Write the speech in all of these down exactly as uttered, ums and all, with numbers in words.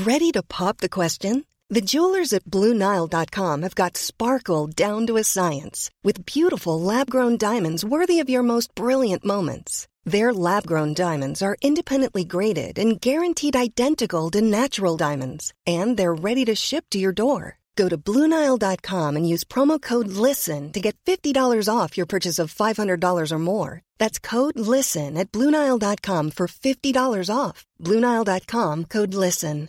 Ready to pop the question? The jewelers at Blue Nile dot com have got sparkle down to a science with beautiful lab-grown diamonds worthy of your most brilliant moments. Their lab-grown diamonds are independently graded and guaranteed identical to natural diamonds, and they're ready to ship to your door. Go to Blue Nile dot com and use promo code LISTEN to get fifty dollars off your purchase of five hundred dollars or more. That's code LISTEN at Blue Nile dot com for fifty dollars off. Blue Nile dot com, code LISTEN.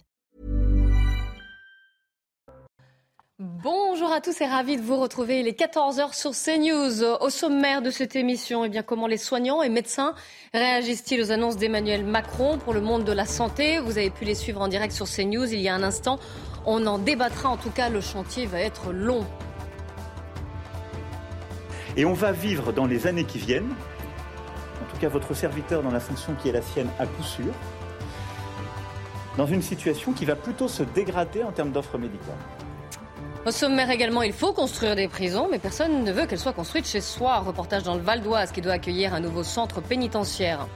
Bonjour à tous et ravi de vous retrouver. Il est quatorze heures sur CNews. Au sommaire de cette émission, eh bien, comment les soignants et médecins réagissent-ils aux annonces d'Emmanuel Macron pour le monde de la santé? Vous avez pu les suivre en direct sur CNews il y a un instant. On en débattra, en tout cas, le chantier va être long. Et on va vivre dans les années qui viennent, en tout cas votre serviteur dans la fonction qui est la sienne à coup sûr, dans une situation qui va plutôt se dégrader en termes d'offres médicales. Au sommaire également, il faut construire des prisons, mais personne ne veut qu'elles soient construites chez soi. Reportage dans le Val d'Oise qui doit accueillir un nouveau centre pénitentiaire.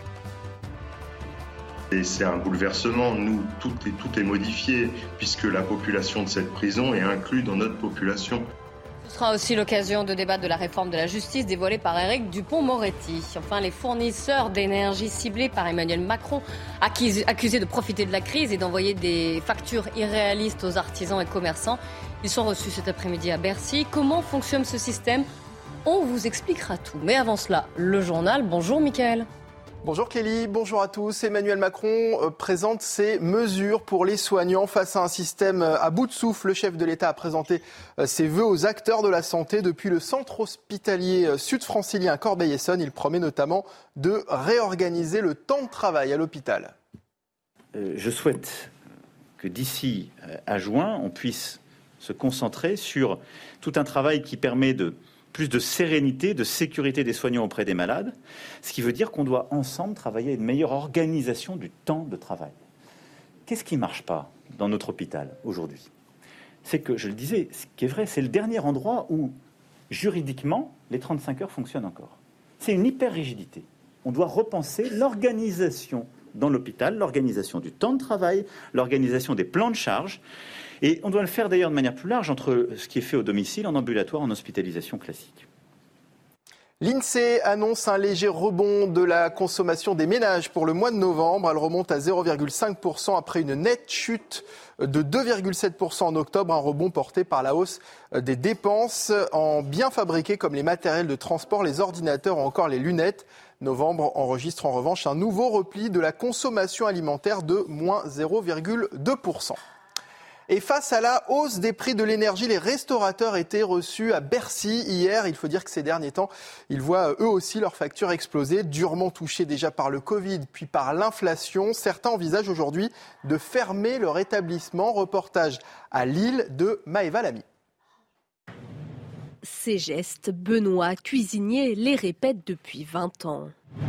Et c'est un bouleversement. Nous, tout est, tout est modifié puisque la population de cette prison est inclue dans notre population. Ce sera aussi l'occasion de débattre de la réforme de la justice dévoilée par Éric Dupond-Moretti. Enfin, les fournisseurs d'énergie ciblés par Emmanuel Macron, accusés de profiter de la crise et d'envoyer des factures irréalistes aux artisans et commerçants. Ils sont reçus cet après-midi à Bercy. Comment fonctionne ce système? On vous expliquera tout. Mais avant cela, le journal. Bonjour Mickaël. Bonjour Kelly, bonjour à tous. Emmanuel Macron présente ses mesures pour les soignants face à un système à bout de souffle. Le chef de l'État a présenté ses vœux aux acteurs de la santé. Depuis le centre hospitalier sud-francilien Corbeil-Essonnes, il promet notamment de réorganiser le temps de travail à l'hôpital. Euh, je souhaite que d'ici à juin, on puisse se concentrer sur tout un travail qui permet de plus de sérénité, de sécurité des soignants auprès des malades, ce qui veut dire qu'on doit ensemble travailler à une meilleure organisation du temps de travail. Qu'est-ce qui ne marche pas dans notre hôpital aujourd'hui? C'est que, je le disais, ce qui est vrai, c'est le dernier endroit où, juridiquement, les trente-cinq heures fonctionnent encore. C'est une hyper-rigidité. On doit repenser l'organisation dans l'hôpital, l'organisation du temps de travail, l'organisation des plans de charge. Et on doit le faire d'ailleurs de manière plus large entre ce qui est fait au domicile, en ambulatoire, en hospitalisation classique. L'INSEE annonce un léger rebond de la consommation des ménages pour le mois de novembre. Elle remonte à zéro virgule cinq pour cent après une nette chute de deux virgule sept pour cent en octobre. Un rebond porté par la hausse des dépenses en biens fabriqués comme les matériels de transport, les ordinateurs ou encore les lunettes. Novembre enregistre en revanche un nouveau repli de la consommation alimentaire de moins zéro virgule deux pour cent. Et face à la hausse des prix de l'énergie, les restaurateurs étaient reçus à Bercy hier. Il faut dire que ces derniers temps, ils voient eux aussi leurs factures exploser, durement touchés déjà par le Covid puis par l'inflation. Certains envisagent aujourd'hui de fermer leur établissement. Reportage à Lille de Maëva Lamy. Ces gestes, Benoît, cuisinier, les répète depuis vingt ans.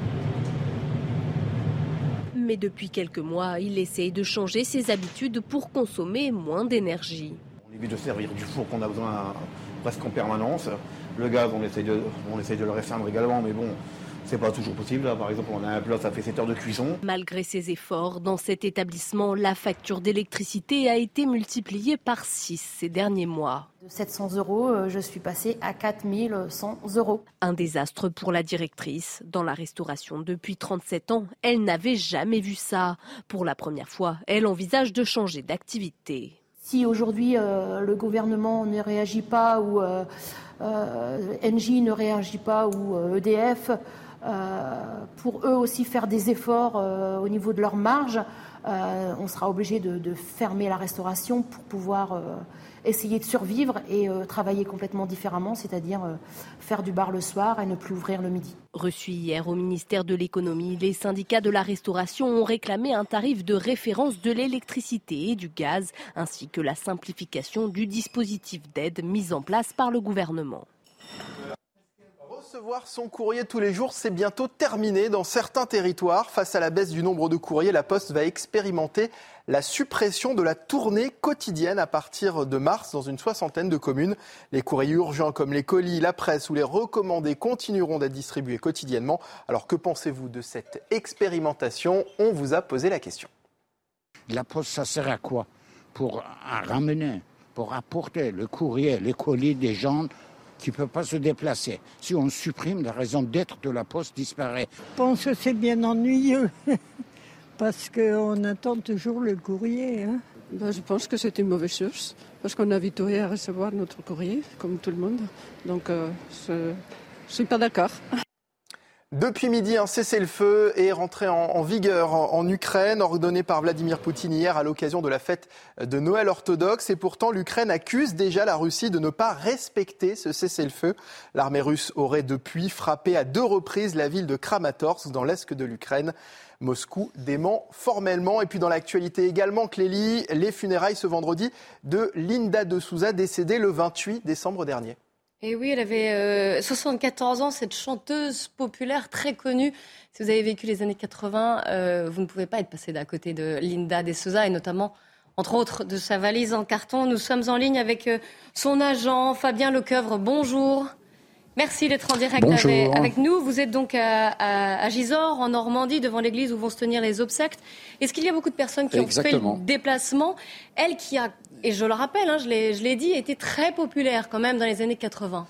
Mais depuis quelques mois, il essaye de changer ses habitudes pour consommer moins d'énergie. On évite de servir du four qu'on a besoin presque en permanence. Le gaz, on essaye de, on essaye de le restreindre également, mais bon, c'est pas toujours possible. Là, par exemple, on a un plat, ça fait sept heures de cuisson. Malgré ses efforts, dans cet établissement, la facture d'électricité a été multipliée par six ces derniers mois. De sept cents euros, je suis passée à quatre mille cent euros. Un désastre pour la directrice. Dans la restauration depuis trente-sept ans, elle n'avait jamais vu ça. Pour la première fois, elle envisage de changer d'activité. Si aujourd'hui euh, le gouvernement ne réagit pas ou euh, euh, Engie ne réagit pas ou euh, E D F, euh, pour eux aussi faire des efforts euh, au niveau de leur marge, euh, on sera obligé de, de fermer la restauration pour pouvoir euh, essayer de survivre et euh, travailler complètement différemment, c'est-à-dire euh, faire du bar le soir et ne plus ouvrir le midi. Reçu hier au ministère de l'économie, les syndicats de la restauration ont réclamé un tarif de référence de l'électricité et du gaz, ainsi que la simplification du dispositif d'aide mis en place par le gouvernement. Recevoir son courrier tous les jours, c'est bientôt terminé dans certains territoires. Face à la baisse du nombre de courriers, la Poste va expérimenter la suppression de la tournée quotidienne à partir de mars dans une soixantaine de communes. Les courriers urgents comme les colis, la presse ou les recommandés continueront d'être distribués quotidiennement. Alors que pensez-vous de cette expérimentation ? On vous a posé la question. La poste, ça sert à quoi? Pour ramener, pour apporter le courrier, les colis des gens qui ne peuvent pas se déplacer. Si on supprime, la raison d'être de la poste disparaît. Je pense que c'est bien ennuyeux, parce qu'on attend toujours le courrier. Hein. Ben, je pense que c'est une mauvaise chose, parce qu'on est habitué à recevoir notre courrier, comme tout le monde. Donc, euh, je ne suis pas d'accord. Depuis midi, un cessez-le-feu est rentré en, en vigueur en, en Ukraine, ordonné par Vladimir Poutine hier à l'occasion de la fête de Noël orthodoxe. Et pourtant, l'Ukraine accuse déjà la Russie de ne pas respecter ce cessez-le-feu. L'armée russe aurait depuis frappé à deux reprises la ville de Kramatorsk dans l'est de l'Ukraine. Moscou dément formellement. Et puis dans l'actualité également, Clélie, les funérailles ce vendredi de Linda de Souza, décédée le vingt-huit décembre dernier. Et oui, elle avait euh, soixante-quatorze ans, cette chanteuse populaire très connue. Si vous avez vécu les années quatre-vingts, euh, vous ne pouvez pas être passé d'à côté de Linda de Souza et notamment, entre autres, de sa valise en carton. Nous sommes en ligne avec euh, son agent, Fabien Lecoeuvre. Bonjour. Merci d'être en direct avec, avec nous. Vous êtes donc à, à, à Gisors, en Normandie, devant l'église où vont se tenir les obsèques. Est-ce qu'il y a beaucoup de personnes qui Exactement. ont fait le déplacement? Elle qui a, et je le rappelle, hein, je l'ai, je l'ai dit, était très populaire quand même dans les années quatre-vingts.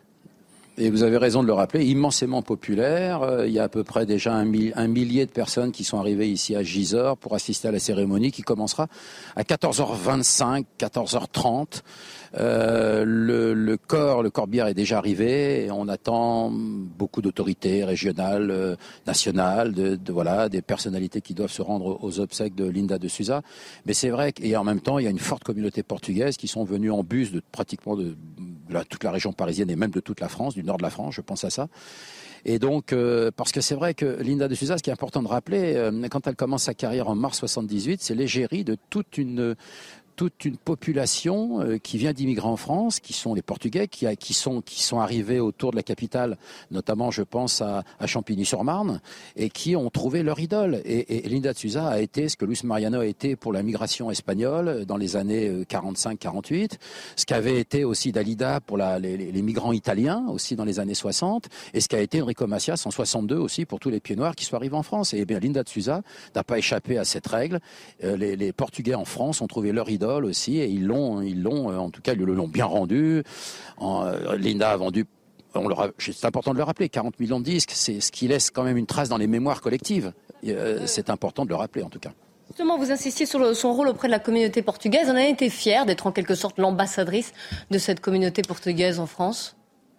Et vous avez raison de le rappeler, immensément populaire. Euh, il y a à peu près déjà un, mi- un millier de personnes qui sont arrivées ici à Gisors pour assister à la cérémonie qui commencera à quatorze heures vingt-cinq, quatorze heures trente. Euh, le, le corps, le corbière est déjà arrivé et on attend beaucoup d'autorités régionales, euh, nationales, de, de voilà, des personnalités qui doivent se rendre aux obsèques de Linda de Souza. Mais c'est vrai et en même temps, il y a une forte communauté portugaise qui sont venus en bus de pratiquement de, de la, toute la région parisienne et même de toute la France, du nord de la France, je pense à ça. Et donc, euh, parce que c'est vrai que Linda de Souza, ce qui est important de rappeler, euh, quand elle commence sa carrière en mars soixante-dix-huit, c'est l'égérie de toute une toute une population euh, qui vient d'immigrer en France, qui sont les Portugais, qui, a, qui, sont, qui sont arrivés autour de la capitale, notamment je pense à, à Champigny-sur-Marne, et qui ont trouvé leur idole. Et, et Linda de Souza a été ce que Luis Mariano a été pour la migration espagnole dans les années quarante-cinq quarante-huit, ce qu'avait été aussi Dalida pour la, les, les migrants italiens aussi dans les années soixante, et ce qu'a été Enrico Macias en soixante-deux aussi pour tous les pieds noirs qui sont arrivés en France. Et bien Linda de Souza n'a pas échappé à cette règle. Euh, les, les Portugais en France ont trouvé leur idole aussi et ils l'ont, ils l'ont, en tout cas, ils l'ont bien rendu. En, euh, Linda a vendu, on leur a, c'est important de le rappeler, quarante millions de disques, c'est ce qui laisse quand même une trace dans les mémoires collectives. Euh, c'est important de le rappeler en tout cas. Justement, vous insistiez sur le, son rôle auprès de la communauté portugaise. On a été fière d'être en quelque sorte l'ambassadrice de cette communauté portugaise en France.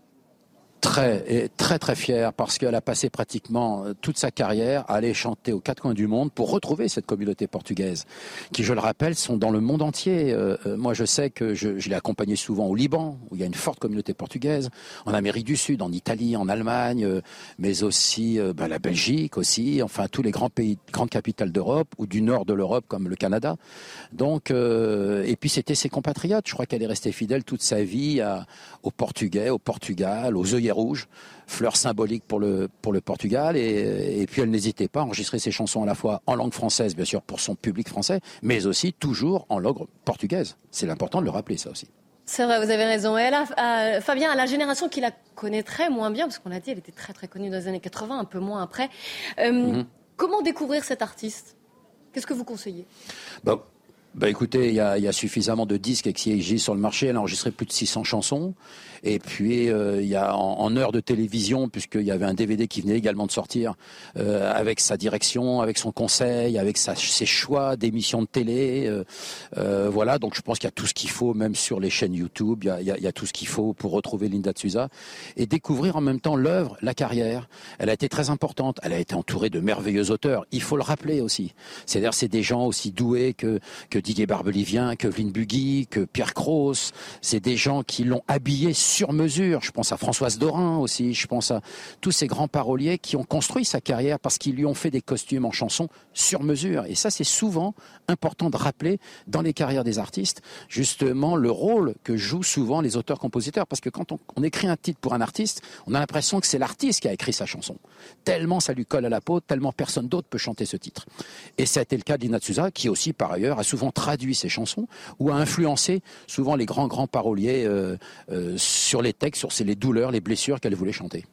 Très, et très très fière parce qu'elle a passé pratiquement toute sa carrière à aller chanter aux quatre coins du monde pour retrouver cette communauté portugaise qui, je le rappelle, sont dans le monde entier. Euh, moi, je sais que je, je l'ai accompagnée souvent au Liban, où il y a une forte communauté portugaise, en Amérique du Sud, en Italie, en Allemagne, euh, mais aussi euh, ben, la Belgique aussi, enfin tous les grands pays, grandes capitales d'Europe ou du nord de l'Europe comme le Canada. Donc, euh, et puis c'était ses compatriotes. Je crois qu'elle est restée fidèle toute sa vie à, aux Portugais, au Portugal, aux œillets rouge, fleur symbolique pour le, pour le Portugal. Et, et puis elle n'hésitait pas à enregistrer ses chansons à la fois en langue française, bien sûr, pour son public français, mais aussi toujours en langue portugaise. C'est important de le rappeler, ça aussi. C'est vrai, vous avez raison. Et elle a, euh, Fabien, à la génération qui la connaîtrait moins bien, parce qu'on l'a dit, elle était très très connue dans les années quatre-vingts, un peu moins après. Euh, mm-hmm. Comment découvrir cet artiste? Qu'est-ce que vous conseillez? Bon. Bah écoutez, il y a, y a suffisamment de disques qui existent sur le marché. Elle a enregistré plus de six cents chansons. Et puis, euh, il y a en, en heure de télévision, puisqu'il y avait un D V D qui venait également de sortir, euh, avec sa direction, avec son conseil, avec sa, ses choix d'émissions de télé. Euh, euh, voilà, donc je pense qu'il y a tout ce qu'il faut, même sur les chaînes YouTube, il y a, il y a, il y a tout ce qu'il faut pour retrouver Linda de Souza. Et découvrir en même temps l'œuvre, la carrière. Elle a été très importante. Elle a été entourée de merveilleux auteurs. Il faut le rappeler aussi. C'est-à-dire, c'est des gens aussi doués que, que Didier Barbelivien, que Evelyne Bugui, que Pierre Cros. C'est des gens qui l'ont habillé sur mesure. Je pense à Françoise Dorin aussi. Je pense à tous ces grands paroliers qui ont construit sa carrière parce qu'ils lui ont fait des costumes en chansons sur mesure. Et ça, c'est souvent important de rappeler dans les carrières des artistes, justement, le rôle que jouent souvent les auteurs-compositeurs. Parce que quand on, on écrit un titre pour un artiste, on a l'impression que c'est l'artiste qui a écrit sa chanson. Tellement ça lui colle à la peau, tellement personne d'autre peut chanter ce titre. Et ça a été le cas de Linda de Souza, qui aussi, par ailleurs, a souvent traduit ses chansons ou a influencé souvent les grands, grands paroliers euh, euh, sur les textes, sur les douleurs, les blessures qu'elle voulait chanter.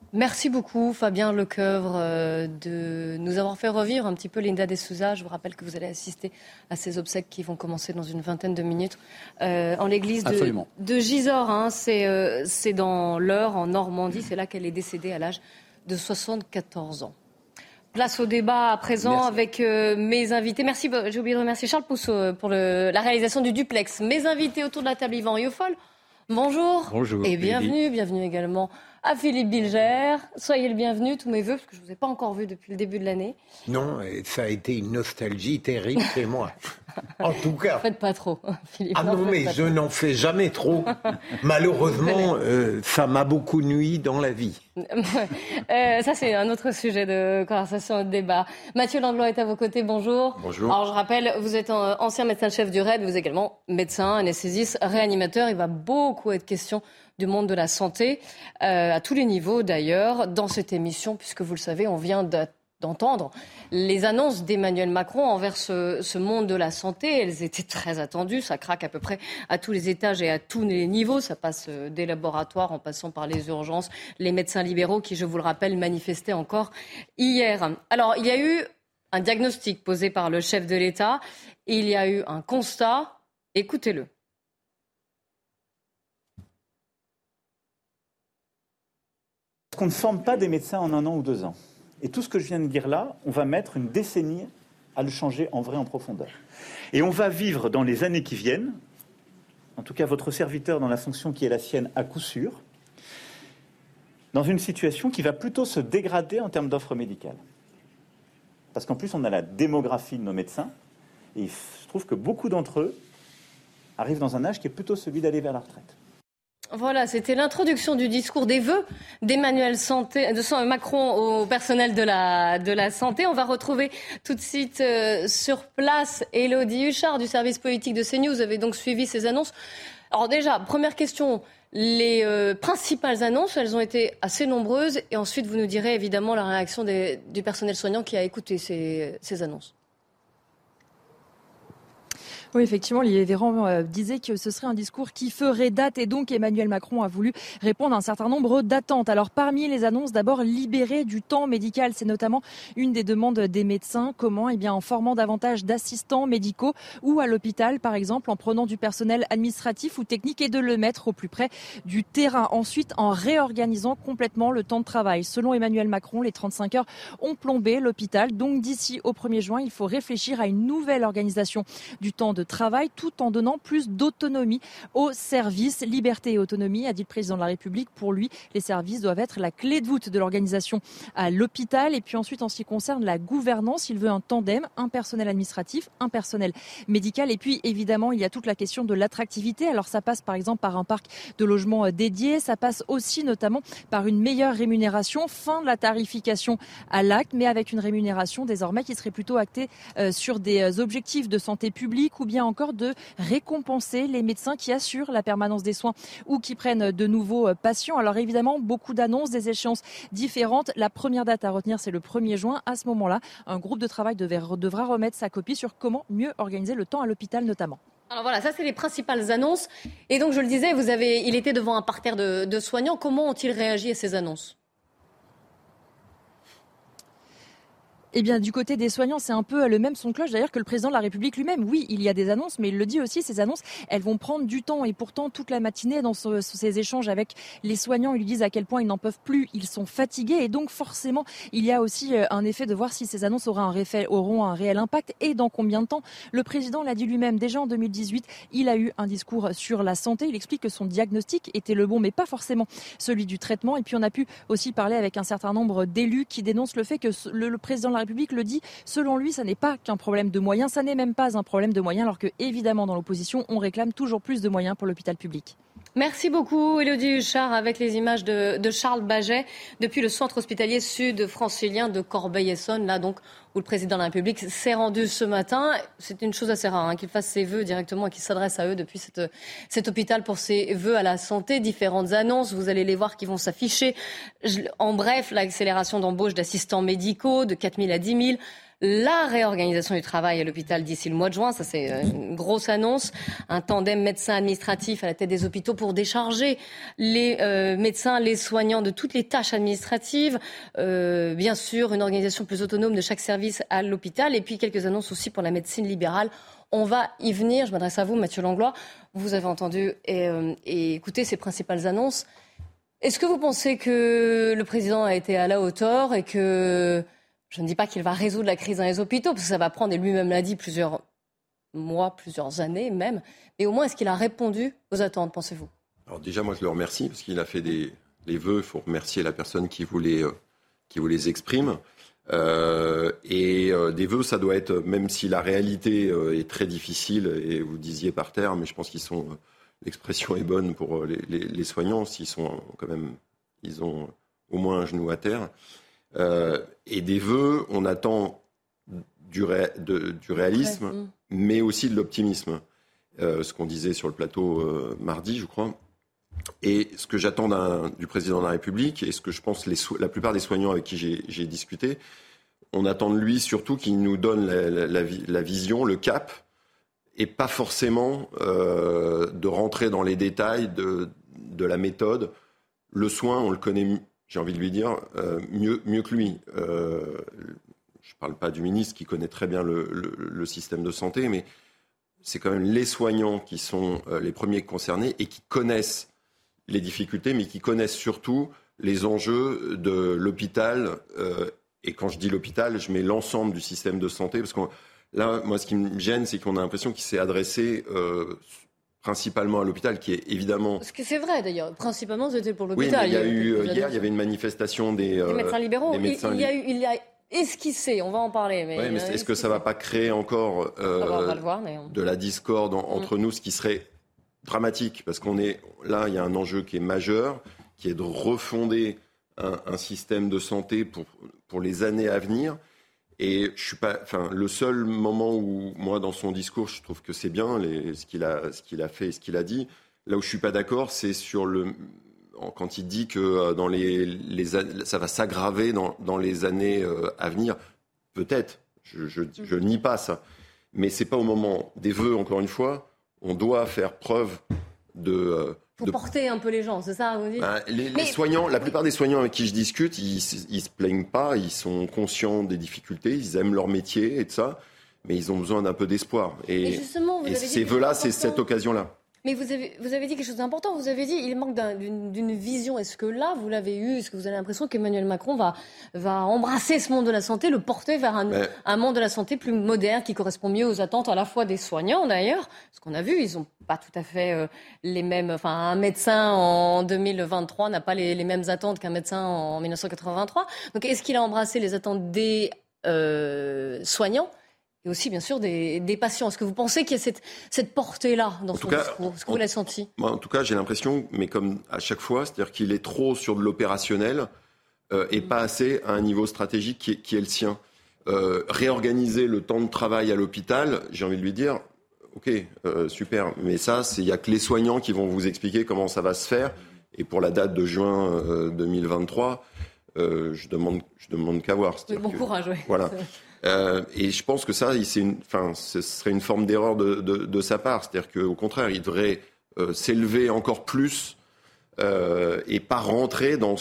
Merci beaucoup Fabien Lecoeuvre euh, de nous avoir fait revivre un petit peu Linda de Souza. Je vous rappelle que vous allez assister à ces obsèques qui vont commencer dans une vingtaine de minutes euh, en l'église de, de Gisors. Hein. C'est, euh, c'est dans l'Eure, en Normandie. C'est là qu'elle est décédée à l'âge de soixante-quatorze ans. Place au débat à présent. Merci. Avec euh, mes invités. Merci, j'ai oublié de remercier Charles Pousseau pour le, la réalisation du duplex. Mes invités autour de la table, Yvan Riofol. Bonjour. Bonjour. Et bienvenue, bienvenue également à Philippe Bilger. Soyez le bienvenu, tous mes voeux, parce que je ne vous ai pas encore vu depuis le début de l'année. Non, ça a été une nostalgie terrible chez moi. En tout cas. Ne faites pas trop, Philippe. Ah non, mais je trop. n'en fais jamais trop. Malheureusement, euh, ça m'a beaucoup nui dans la vie. euh, ça, c'est un autre sujet de conversation, de débat. Mathieu Langlois est à vos côtés, bonjour. Bonjour. Alors, je rappelle, vous êtes ancien médecin-chef du R A I D, vous êtes également médecin, anesthésiste, réanimateur. Il va beaucoup être question du monde de la santé, euh, à tous les niveaux d'ailleurs, dans cette émission, puisque vous le savez, on vient d'entendre les annonces d'Emmanuel Macron envers ce, ce monde de la santé. Elles étaient très attendues, ça craque à peu près à tous les étages et à tous les niveaux. Ça passe des laboratoires en passant par les urgences, les médecins libéraux qui, je vous le rappelle, manifestaient encore hier. Alors, il y a eu un diagnostic posé par le chef de l'État, et il y a eu un constat. Écoutez-le. Qu'on ne forme pas des médecins en un an ou deux ans. Et tout ce que je viens de dire là, on va mettre une décennie à le changer en vrai, en profondeur. Et on va vivre dans les années qui viennent, en tout cas votre serviteur dans la fonction qui est la sienne à coup sûr, dans une situation qui va plutôt se dégrader en termes d'offres médicales. Parce qu'en plus, on a la démographie de nos médecins, et il se trouve que beaucoup d'entre eux arrivent dans un âge qui est plutôt celui d'aller vers la retraite. Voilà, c'était l'introduction du discours des vœux d'Emmanuel Santé, de Macron au personnel de la, de la santé. On va retrouver tout de suite euh, sur place Élodie Huchard du service politique de CNews. Vous avez donc suivi ces annonces. Alors déjà, première question, les euh, principales annonces, elles ont été assez nombreuses. Et ensuite, vous nous direz évidemment la réaction des, du personnel soignant qui a écouté ces, ces annonces. Oui, effectivement, Olivier Véran euh, disait que ce serait un discours qui ferait date et donc Emmanuel Macron a voulu répondre à un certain nombre d'attentes. Alors parmi les annonces, d'abord libérer du temps médical, c'est notamment une des demandes des médecins. Comment ? Eh bien en formant davantage d'assistants médicaux ou à l'hôpital par exemple, en prenant du personnel administratif ou technique et de le mettre au plus près du terrain. Ensuite, en réorganisant complètement le temps de travail. Selon Emmanuel Macron, les trente-cinq heures ont plombé l'hôpital. Donc d'ici au premier juin, il faut réfléchir à une nouvelle organisation du temps de travail tout en donnant plus d'autonomie aux services. Liberté et autonomie, a dit le président de la République. Pour lui, les services doivent être la clé de voûte de l'organisation à l'hôpital. Et puis ensuite, en ce qui concerne la gouvernance, il veut un tandem, un personnel administratif, un personnel médical. Et puis évidemment, il y a toute la question de l'attractivité. Alors ça passe par exemple par un parc de logements dédiés. Ça passe aussi notamment par une meilleure rémunération, fin de la tarification à l'acte, mais avec une rémunération désormais qui serait plutôt actée euh, sur des objectifs de santé publique ou bien encore de récompenser les médecins qui assurent la permanence des soins ou qui prennent de nouveaux patients. Alors évidemment, beaucoup d'annonces, des échéances différentes. La première date à retenir, c'est le premier juin. À ce moment-là, un groupe de travail devra remettre sa copie sur comment mieux organiser le temps à l'hôpital notamment. Alors voilà, ça c'est les principales annonces. Et donc je le disais, vous avez, il était devant un parterre de, de soignants. Comment ont-ils réagi à ces annonces ? Eh bien, du côté des soignants, c'est un peu le même son de cloche d'ailleurs que le président de la République lui-même. Oui, il y a des annonces, mais il le dit aussi, ces annonces, elles vont prendre du temps. Et pourtant, toute la matinée, dans ce, ces échanges avec les soignants, ils lui disent à quel point ils n'en peuvent plus, ils sont fatigués. Et donc, forcément, il y a aussi un effet de voir si ces annonces auront un, réfé, auront un réel impact et dans combien de temps. Le président l'a dit lui-même, déjà en deux mille dix-huit, il a eu un discours sur la santé. Il explique que son diagnostic était le bon, mais pas forcément celui du traitement. Et puis, on a pu aussi parler avec un certain nombre d'élus qui dénoncent le fait que le, le président de la République le dit, selon lui, ça n'est pas qu'un problème de moyens, ça n'est même pas un problème de moyens, alors que, évidemment, dans l'opposition, on réclame toujours plus de moyens pour l'hôpital public. Merci beaucoup, Élodie Huchard, avec les images de, de Charles Baget, depuis le centre hospitalier sud-francilien de Corbeil-Essonnes, là donc, où le président de la République s'est rendu ce matin. C'est une chose assez rare, hein, qu'il fasse ses vœux directement et qu'il s'adresse à eux depuis cette, cet hôpital pour ses vœux à la santé. Différentes annonces, vous allez les voir qui vont s'afficher. En bref, l'accélération d'embauche d'assistants médicaux de quatre mille à dix mille. la réorganisation du travail à l'hôpital d'ici le mois de juin. Ça, c'est une grosse annonce. Un tandem médecin administratif à la tête des hôpitaux pour décharger les euh, médecins, les soignants de toutes les tâches administratives. Euh, bien sûr, une organisation plus autonome de chaque service à l'hôpital. Et puis, quelques annonces aussi pour la médecine libérale. On va y venir. Je m'adresse à vous, Mathieu Langlois. Vous avez entendu et, euh, et écouté ces principales annonces. Est-ce que vous pensez que le président a été à la hauteur et que... Je ne dis pas qu'il va résoudre la crise dans les hôpitaux, parce que ça va prendre, et lui-même l'a dit, plusieurs mois, plusieurs années même. Mais au moins, est-ce qu'il a répondu aux attentes, pensez-vous ? Alors déjà, moi, je le remercie, parce qu'il a fait des les vœux. Il faut remercier la personne qui vous les, euh, qui vous les exprime. Euh, et euh, des vœux, ça doit être, même si la réalité euh, est très difficile, et vous disiez par terre, mais je pense qu'ils sont... Euh, l'expression est bonne pour les, les, les soignants, s'ils sont quand même... Ils ont au moins un genou à terre. Euh, et des vœux, on attend du, ré, de, du réalisme, ouais, mmh. mais aussi de l'optimisme. Euh, ce qu'on disait sur le plateau euh, mardi, je crois. Et ce que j'attends d'un, du président de la République, et ce que je pense les, la plupart des soignants avec qui j'ai, j'ai discuté, on attend de lui surtout qu'il nous donne la, la, la, la vision, le cap, et pas forcément euh, de rentrer dans les détails de, de la méthode. Le soin, on le connaît, j'ai envie de lui dire, euh, mieux, mieux que lui. Euh, je ne parle pas du ministre qui connaît très bien le, le, le système de santé, mais c'est quand même les soignants qui sont euh, les premiers concernés et qui connaissent les difficultés, mais qui connaissent surtout les enjeux de l'hôpital. Euh, et quand je dis l'hôpital, je mets l'ensemble du système de santé, parce que là, moi, ce qui me gêne, c'est qu'on a l'impression qu'il s'est adressé euh, principalement à l'hôpital, qui est évidemment... Ce que c'est vrai, d'ailleurs. Principalement, c'était pour l'hôpital. Oui, mais il y a eu, euh, hier, il y avait une manifestation des... Euh, des médecins libéraux. Des médecins il, il, y a eu, il y a esquissé, on va en parler. Mais, ouais, mais est-ce que ça ne va pas créer encore euh, on va le voir, mais on... de la discorde en, entre mmh. nous, ce qui serait dramatique, parce qu'on est... Là, il y a un enjeu qui est majeur, qui est de refonder un, un système de santé pour, pour les années à venir. Et je suis pas, enfin, le seul moment où, moi, dans son discours, je trouve que c'est bien les, ce qu'il a, ce qu'il a fait, ce qu'il a dit. Là où je suis pas d'accord, c'est sur le, quand il dit que dans les, les ça va s'aggraver dans, dans les années à venir. Peut-être, je, je, je nie pas ça, mais c'est pas au moment des vœux. Encore une fois, on doit faire preuve de. Pour de... porter un peu les gens, c'est ça, vous dites ? Ben, les, mais... les soignants, la plupart des soignants avec qui je discute, ils, ils se plaignent pas, ils sont conscients des difficultés, ils aiment leur métier et de ça, mais ils ont besoin d'un peu d'espoir. Et, et, justement, vous et avez ces dit vœux-là, c'est cette occasion-là. Mais vous avez, vous avez dit quelque chose d'important. Vous avez dit il manque d'un, d'une, d'une vision. Est-ce que là, vous l'avez eu ? Est-ce que vous avez l'impression qu'Emmanuel Macron va, va embrasser ce monde de la santé, le porter vers un, Mais... un monde de la santé plus moderne, qui correspond mieux aux attentes à la fois des soignants, d'ailleurs ? Ce qu'on a vu, ils n'ont pas tout à fait euh, les mêmes... Enfin, un médecin en deux mille vingt-trois n'a pas les, les mêmes attentes qu'un médecin en dix-neuf cent quatre-vingt-trois. Donc, est-ce qu'il a embrassé les attentes des euh, soignants ? Et aussi, bien sûr, des, des patients. Est-ce que vous pensez qu'il y a cette, cette portée-là dans en son cas, discours ? Est-ce que en, vous l'avez senti ? Moi, en tout cas, j'ai l'impression, mais comme à chaque fois, c'est-à-dire qu'il est trop sur de l'opérationnel euh, et mmh. pas assez à un niveau stratégique qui est, qui est le sien. Euh, réorganiser le temps de travail à l'hôpital, j'ai envie de lui dire, ok, euh, super, mais ça, il n'y a que les soignants qui vont vous expliquer comment ça va se faire. Et pour la date de juin euh, deux mille vingt-trois, euh, je demande, je demande qu'à voir. Oui, bon que, courage, oui. Voilà. Euh, et je pense que ça, c'est une, enfin, ce serait une forme d'erreur de, de, de sa part. C'est-à-dire qu'au contraire, il devrait euh, s'élever encore plus euh, et pas rentrer dans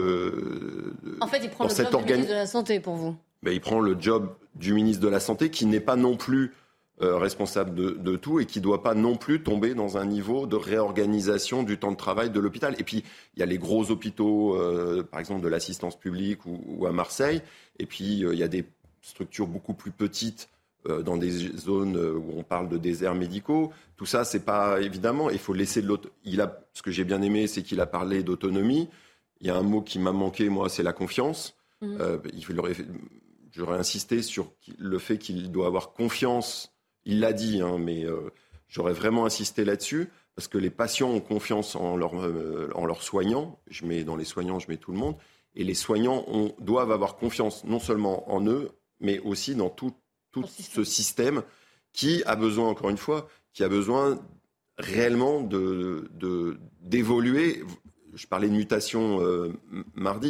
ce. En fait, il prend le job organi- du ministre de la Santé pour vous. Ben, il prend le job du ministre de la Santé qui n'est pas non plus euh, responsable de, de tout et qui ne doit pas non plus tomber dans un niveau de réorganisation du temps de travail de l'hôpital. Et puis, il y a les gros hôpitaux, euh, par exemple de l'assistance publique ou, ou à Marseille. Et puis, euh, il y a des structures beaucoup plus petites euh, dans des zones où on parle de déserts médicaux. Tout ça, c'est pas évidemment. Il faut laisser de l'autre. Il a, ce que j'ai bien aimé, c'est qu'il a parlé d'autonomie. Il y a un mot qui m'a manqué, moi, c'est la confiance. Mmh. Euh, il aurait, j'aurais insisté sur le fait qu'il doit avoir confiance. Il l'a dit, hein, mais euh, j'aurais vraiment insisté là-dessus parce que les patients ont confiance en leurs euh, en leurs soignants. Je mets dans les soignants, je mets tout le monde. Et les soignants ont, doivent avoir confiance non seulement en eux, mais aussi dans tout, tout ce système qui a besoin, encore une fois, qui a besoin réellement de, de, d'évoluer. Je parlais de mutation euh, mardi.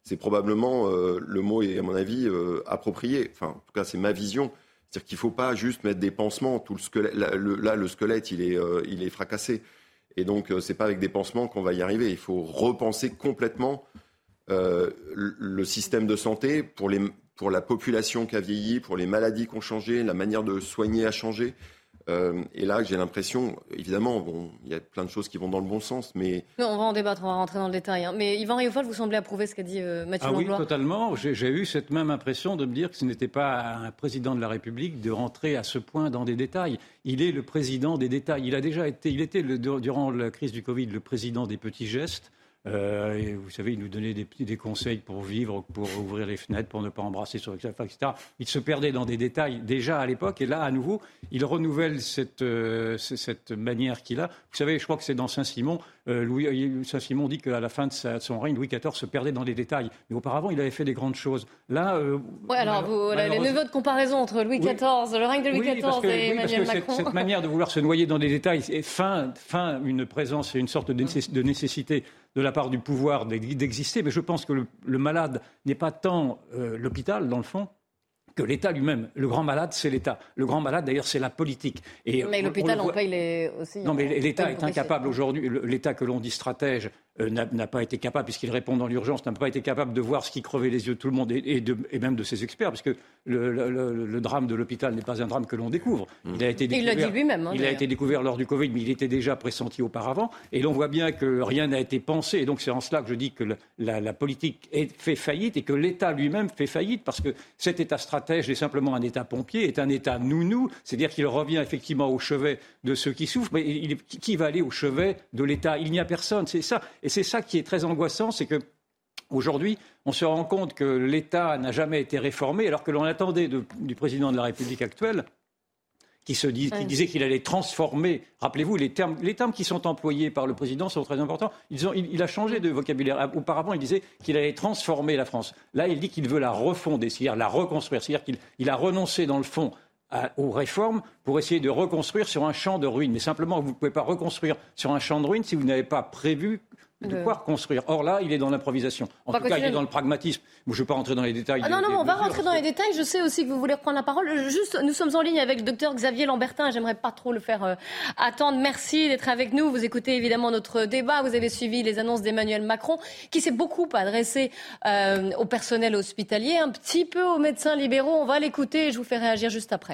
c'est probablement, euh, le mot est à mon avis euh, approprié. Enfin, en tout cas, c'est ma vision. C'est-à-dire qu'il ne faut pas juste mettre des pansements. Tout le squelette, là, le, là, le squelette, il est, euh, il est fracassé. Et donc, euh, ce n'est pas avec des pansements qu'on va y arriver. Il faut repenser complètement euh, le, le système de santé pour, les, pour la population qui a vieilli, pour les maladies qui ont changé, la manière de soigner a changé. Euh, et là, j'ai l'impression, évidemment, bon, il y a plein de choses qui vont dans le bon sens, mais... Non, on va en débattre, on va rentrer dans le détail. Hein. Mais Yvan Rioufol, vous semblez approuver ce qu'a dit euh, Mathieu Ah Langlois. Oui, totalement. J'ai, j'ai eu cette même impression de me dire que ce n'était pas à un président de la République de rentrer à ce point dans des détails. Il est le président des détails. Il a déjà été, il était, le, durant la crise du Covid, le président des petits gestes. Euh, et vous savez, il nous donnait des, des conseils pour vivre, pour ouvrir les fenêtres, pour ne pas embrasser sur et cetera. Il se perdait dans des détails déjà à l'époque. Et là, à nouveau, il renouvelle cette, euh, cette manière qu'il a. Vous savez, je crois que c'est dans Saint-Simon. Euh, Louis, Saint-Simon dit qu'à la fin de, sa, de son règne, Louis quatorze se perdait dans des détails. Mais auparavant, il avait fait des grandes choses. Là, euh, ouais, alors vous, les neveux de comparaison entre Louis quatorze, oui. le règne de Louis quatorze oui, et oui, Emmanuel parce que Macron. Cette, cette manière de vouloir se noyer dans des détails est fin, fin une présence et une sorte de, nécess- de nécessité de la part du pouvoir d'exister. Mais je pense que le, le malade n'est pas tant euh, l'hôpital, dans le fond, que l'État lui-même. Le grand malade, c'est l'État. Le grand malade, d'ailleurs, c'est la politique. Et mais on, l'hôpital, on, on paye les aussi. Non, mais l'État est incapable aujourd'hui. L'État que l'on dit stratège euh, n'a, n'a pas été capable, puisqu'il répond dans l'urgence, n'a pas été capable de voir ce qui crevait les yeux de tout le monde et, et, de, et même de ses experts, parce que le, le, le, le drame de l'hôpital n'est pas un drame que l'on découvre. Il a été découvert, il l'a dit lui-même. Hein, il a été découvert lors du Covid, mais il était déjà pressenti auparavant. Et l'on voit bien que rien n'a été pensé. Et donc c'est en cela que je dis que le, la, la politique est, fait faillite et que l'État lui-même fait faillite, parce que cet État stratège est simplement un État pompier, est un État nounou, c'est-à-dire qu'il revient effectivement au chevet de ceux qui souffrent. Mais il, qui va aller au chevet de l'État ? Il n'y a personne. C'est ça. Et c'est ça qui est très angoissant, c'est que aujourd'hui, on se rend compte que l'État n'a jamais été réformé, alors que l'on attendait de, du président de la République actuelle, qui, se dit, qui disait qu'il allait transformer. Rappelez-vous, les termes, les termes qui sont employés par le président sont très importants. Ils ont, il, il a changé de vocabulaire. Auparavant, il disait qu'il allait transformer la France. Là, il dit qu'il veut la refonder, c'est-à-dire la reconstruire. C'est-à-dire qu'il il a renoncé, dans le fond, à, aux réformes pour essayer de reconstruire sur un champ de ruines. Mais simplement, vous ne pouvez pas reconstruire sur un champ de ruines si vous n'avez pas prévu de quoi reconstruire. Or là, il est dans l'improvisation. En tout cas, il est dans le pragmatisme. Je ne vais pas rentrer dans les détails. Ah non, non, on va rentrer dans les détails. Je sais aussi que vous voulez reprendre la parole. Juste, nous sommes en ligne avec le docteur Xavier Lambertin. J'aimerais pas trop le faire euh, attendre. Merci d'être avec nous. Vous écoutez évidemment notre débat. Vous avez suivi les annonces d'Emmanuel Macron, qui s'est beaucoup adressé euh, au personnel hospitalier, un petit peu aux médecins libéraux. On va l'écouter et je vous fais réagir juste après.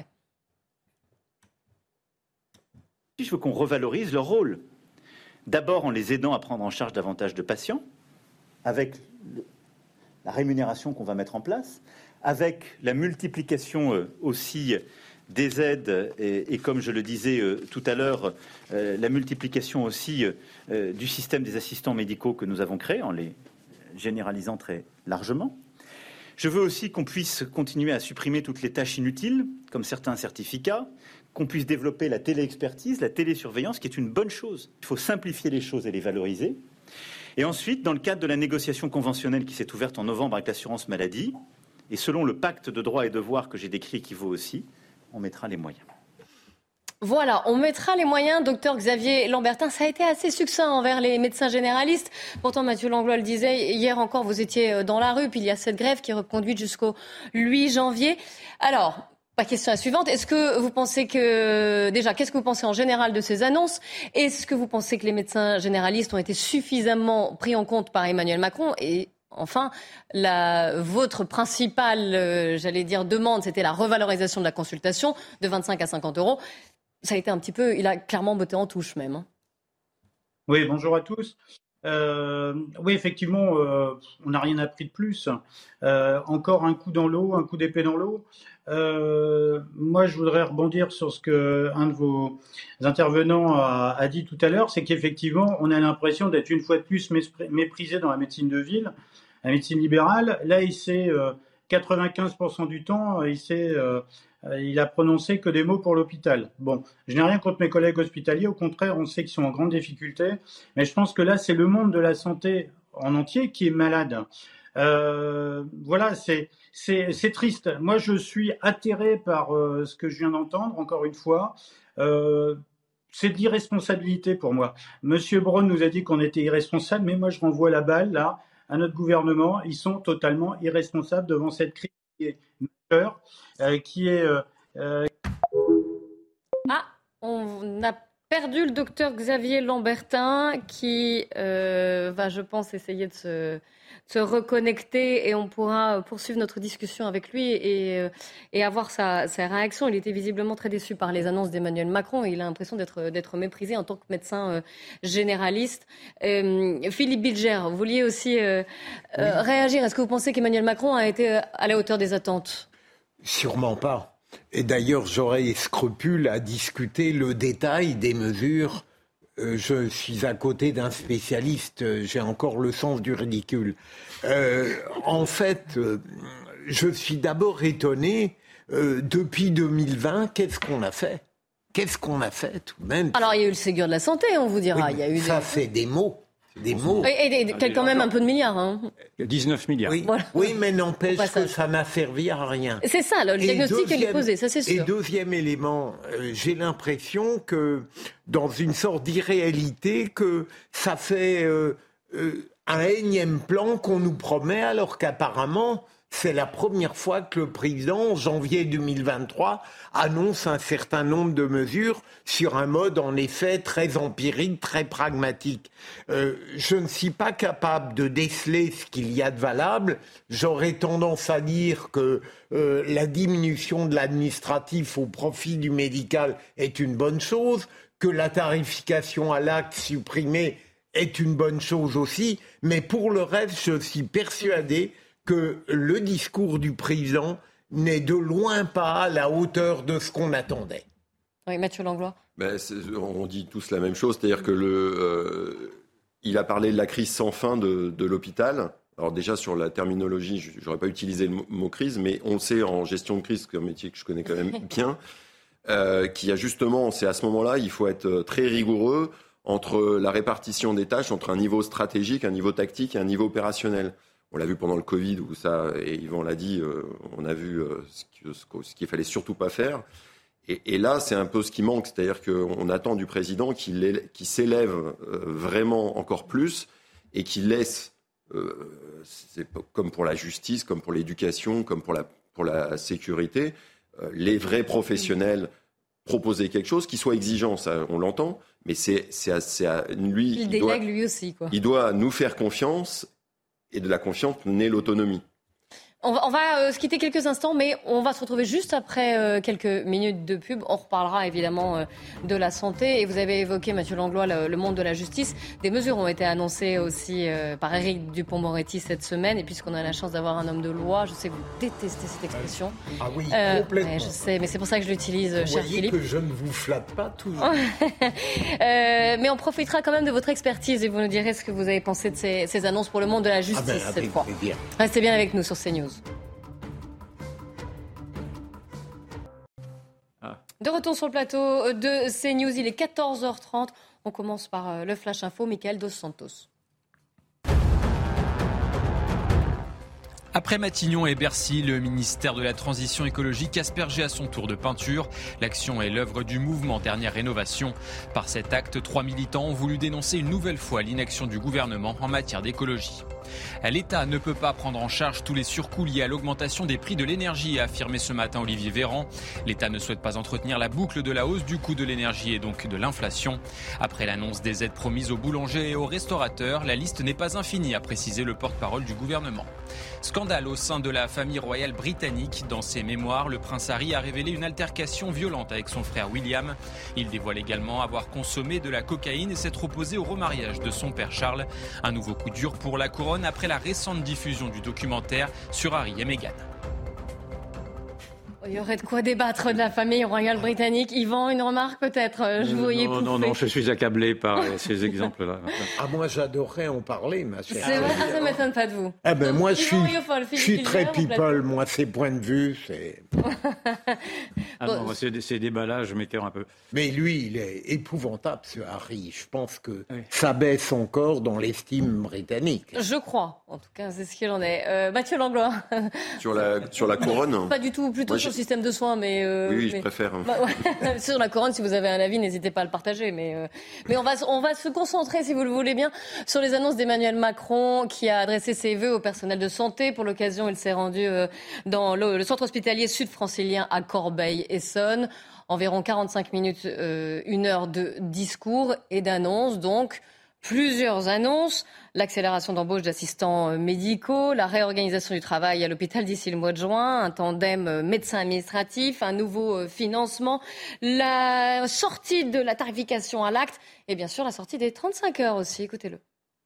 Je veux qu'on revalorise leur rôle. D'abord en les aidant à prendre en charge davantage de patients, avec le, la rémunération qu'on va mettre en place, avec la multiplication euh, aussi des aides et, et comme je le disais euh, tout à l'heure, euh, la multiplication aussi euh, du système des assistants médicaux que nous avons créé en les généralisant très largement. Je veux aussi qu'on puisse continuer à supprimer toutes les tâches inutiles, comme certains certificats, qu'on puisse développer la téléexpertise, la télésurveillance, qui est une bonne chose. Il faut simplifier les choses et les valoriser. Et ensuite, dans le cadre de la négociation conventionnelle qui s'est ouverte en novembre avec l'assurance maladie, et selon le pacte de droits et devoirs que j'ai décrit et qui vaut aussi, on mettra les moyens. Voilà, on mettra les moyens, docteur Xavier Lambertin. Ça a été assez succinct envers les médecins généralistes. Pourtant, Mathieu Langlois le disait, hier encore, vous étiez dans la rue, puis il y a cette grève qui est reconduite jusqu'au huit janvier. Alors, ma question est la suivante. Est-ce que vous pensez que, déjà, qu'est-ce que vous pensez en général de ces annonces ? Est-ce que vous pensez que les médecins généralistes ont été suffisamment pris en compte par Emmanuel Macron ? Et enfin, la, votre principale, euh, j'allais dire, demande, c'était la revalorisation de la consultation de vingt-cinq à cinquante euros. Ça a été un petit peu, il a clairement botté en touche même. Hein. Oui, bonjour à tous. Euh, oui, effectivement, euh, on n'a rien appris de plus. Euh, encore un coup dans l'eau, un coup d'épée dans l'eau. Euh, moi, je voudrais rebondir sur ce que un de vos intervenants a, a dit tout à l'heure, c'est qu'effectivement, on a l'impression d'être une fois de plus méprisé dans la médecine de ville, la médecine libérale. Là, il s'est euh, quatre-vingt-quinze pour cent du temps, il s'est euh, il a prononcé que des mots pour l'hôpital. Bon, je n'ai rien contre mes collègues hospitaliers, au contraire, on sait qu'ils sont en grande difficulté, mais je pense que là, c'est le monde de la santé en entier qui est malade. Euh, voilà, c'est, c'est, c'est triste. Moi, je suis atterré par euh, ce que je viens d'entendre, encore une fois. Euh, c'est de l'irresponsabilité pour moi. Monsieur Braun nous a dit qu'on était irresponsable, mais moi, je renvoie la balle, là, à notre gouvernement. Ils sont totalement irresponsables devant cette crise qui est majeure, euh, qui est... Euh, euh... Ah, on a perdu le docteur Xavier Lambertin qui euh, va, je pense, essayer de se, se reconnecter et on pourra poursuivre notre discussion avec lui et, et avoir sa, sa réaction. Il était visiblement très déçu par les annonces d'Emmanuel Macron et il a l'impression d'être, d'être méprisé en tant que médecin euh, généraliste. Euh, Philippe Bilger, vous vouliez aussi euh, oui. euh, réagir. Est-ce que vous pensez qu'Emmanuel Macron a été à la hauteur des attentes ? Sûrement pas. Et d'ailleurs, j'aurais scrupule à discuter le détail des mesures. Euh, je suis à côté d'un spécialiste, j'ai encore le sens du ridicule. Euh, en fait, euh, je suis d'abord étonné, euh, depuis deux mille vingt, qu'est-ce qu'on a fait ? Qu'est-ce qu'on a fait tout de même ? Alors, il y a eu le Ségur de la Santé, on vous dira. Oui, il y a eu ça, des... c'est des mots. Des mots. Et, et, et quand même un peu de milliards. Hein. dix-neuf milliards. Oui, voilà. Oui, mais n'empêche que ça n'a servi à rien. C'est ça, le diagnostic est posé, ça c'est sûr. Et deuxième élément, euh, j'ai l'impression que dans une sorte d'irréalité, que ça fait euh, euh, un énième plan qu'on nous promet alors qu'apparemment... C'est la première fois que le président, en janvier deux mille vingt-trois, annonce un certain nombre de mesures sur un mode, en effet, très empirique, très pragmatique. Euh, je ne suis pas capable de déceler ce qu'il y a de valable. J'aurais tendance à dire que euh, la diminution de l'administratif au profit du médical est une bonne chose, que la tarification à l'acte supprimée est une bonne chose aussi. Mais pour le reste, je suis persuadé que le discours du président n'est de loin pas à la hauteur de ce qu'on attendait. Oui, Mathieu Langlois. Ben, on dit tous la même chose, c'est-à-dire que le, euh, il a parlé de la crise sans fin de, de l'hôpital. Alors déjà sur la terminologie, je n'aurais pas utilisé le mot crise, mais on le sait en gestion de crise, c'est un métier que je connais quand même bien, euh, qui a justement, c'est à ce moment-là, il faut être très rigoureux entre la répartition des tâches, entre un niveau stratégique, un niveau tactique et un niveau opérationnel. On l'a vu pendant le Covid, où ça, et Yvan l'a dit, euh, on a vu euh, ce, que, ce qu'il fallait surtout pas faire. Et, et là, c'est un peu ce qui manque, c'est-à-dire qu'on attend du président qu'il, est, qu'il s'élève euh, vraiment encore plus et qu'il laisse, euh, c'est comme pour la justice, comme pour l'éducation, comme pour la, pour la sécurité, euh, les vrais professionnels proposer quelque chose qui soit exigeant, ça, on l'entend, mais c'est, c'est, à, c'est à lui. Il, il délègue doit, lui aussi, quoi. Il doit nous faire confiance. Et de la confiance naît l'autonomie. On va, on va euh, se quitter quelques instants, mais on va se retrouver juste après euh, quelques minutes de pub. On reparlera évidemment euh, de la santé. Et vous avez évoqué, Mathieu Langlois, le, le monde de la justice. Des mesures ont été annoncées aussi euh, par Éric Dupond-Moretti cette semaine. Et puisqu'on a la chance d'avoir un homme de loi, je sais que vous détestez cette expression. Ah oui, euh, complètement. Ouais, je sais, mais c'est pour ça que je l'utilise, vous cher voyez Philippe. Que je ne vous flatte pas toujours. euh, mais on profitera quand même de votre expertise et vous nous direz ce que vous avez pensé de ces, ces annonces pour le monde de la justice ah ben, cette fois. Bien. Restez bien avec nous sur CNews. De retour sur le plateau de CNews, il est quatorze heures trente. On commence par le Flash Info, Mickaël Dos Santos. Après Matignon et Bercy, le ministère de la Transition écologique aspergé à son tour de peinture. L'action est l'œuvre du mouvement Dernière Rénovation. Par cet acte, trois militants ont voulu dénoncer une nouvelle fois l'inaction du gouvernement en matière d'écologie. L'État ne peut pas prendre en charge tous les surcoûts liés à l'augmentation des prix de l'énergie, a affirmé ce matin Olivier Véran. L'État ne souhaite pas entretenir la boucle de la hausse du coût de l'énergie et donc de l'inflation. Après l'annonce des aides promises aux boulangers et aux restaurateurs, la liste n'est pas infinie, a précisé le porte-parole du gouvernement. Scandale au sein de la famille royale britannique. Dans ses mémoires, le prince Harry a révélé une altercation violente avec son frère William. Il dévoile également avoir consommé de la cocaïne et s'être opposé au remariage de son père Charles. Un nouveau coup dur pour la couronne après la récente diffusion du documentaire sur Harry et Meghan. Il y aurait de quoi débattre de la famille royale britannique. Yvan, une remarque peut-être. Je vous voyais Non, non, non, je suis accablé par ces exemples-là. Ah, moi, j'adorerais en parler, ma chère. C'est vrai, ça ne m'étonne pas de vous. Ah ben, moi, je suis, Yvan, je suis très people. Moi, ces points de vue, c'est... Ah non, moi, ces, ces débats-là, je m'écœure un peu. Mais lui, il est épouvantable, ce Harry. Je pense que oui. ça baisse encore dans l'estime britannique. Je crois. En tout cas, c'est ce qu'il en est. Euh, Mathieu Langlois. Sur la, sur la couronne Pas du tout, plutôt moi, sur système de soins, mais... Euh, oui, oui, mais... je préfère. Hein. Bah, ouais. Sur la couronne, si vous avez un avis, n'hésitez pas à le partager. Mais, euh... mais on, va, on va se concentrer, si vous le voulez bien, sur les annonces d'Emmanuel Macron, qui a adressé ses vœux au personnel de santé. Pour l'occasion, il s'est rendu euh, dans le, le centre hospitalier sud-francilien à Corbeil-Essonnes. Environ quarante-cinq minutes, euh, une heure de discours et d'annonces, donc... Plusieurs annonces, l'accélération d'embauche d'assistants médicaux, la réorganisation du travail à l'hôpital d'ici le mois de juin, un tandem médecin administratif, un nouveau financement, la sortie de la tarification à l'acte et bien sûr la sortie des trente-cinq heures aussi. Écoutez-le.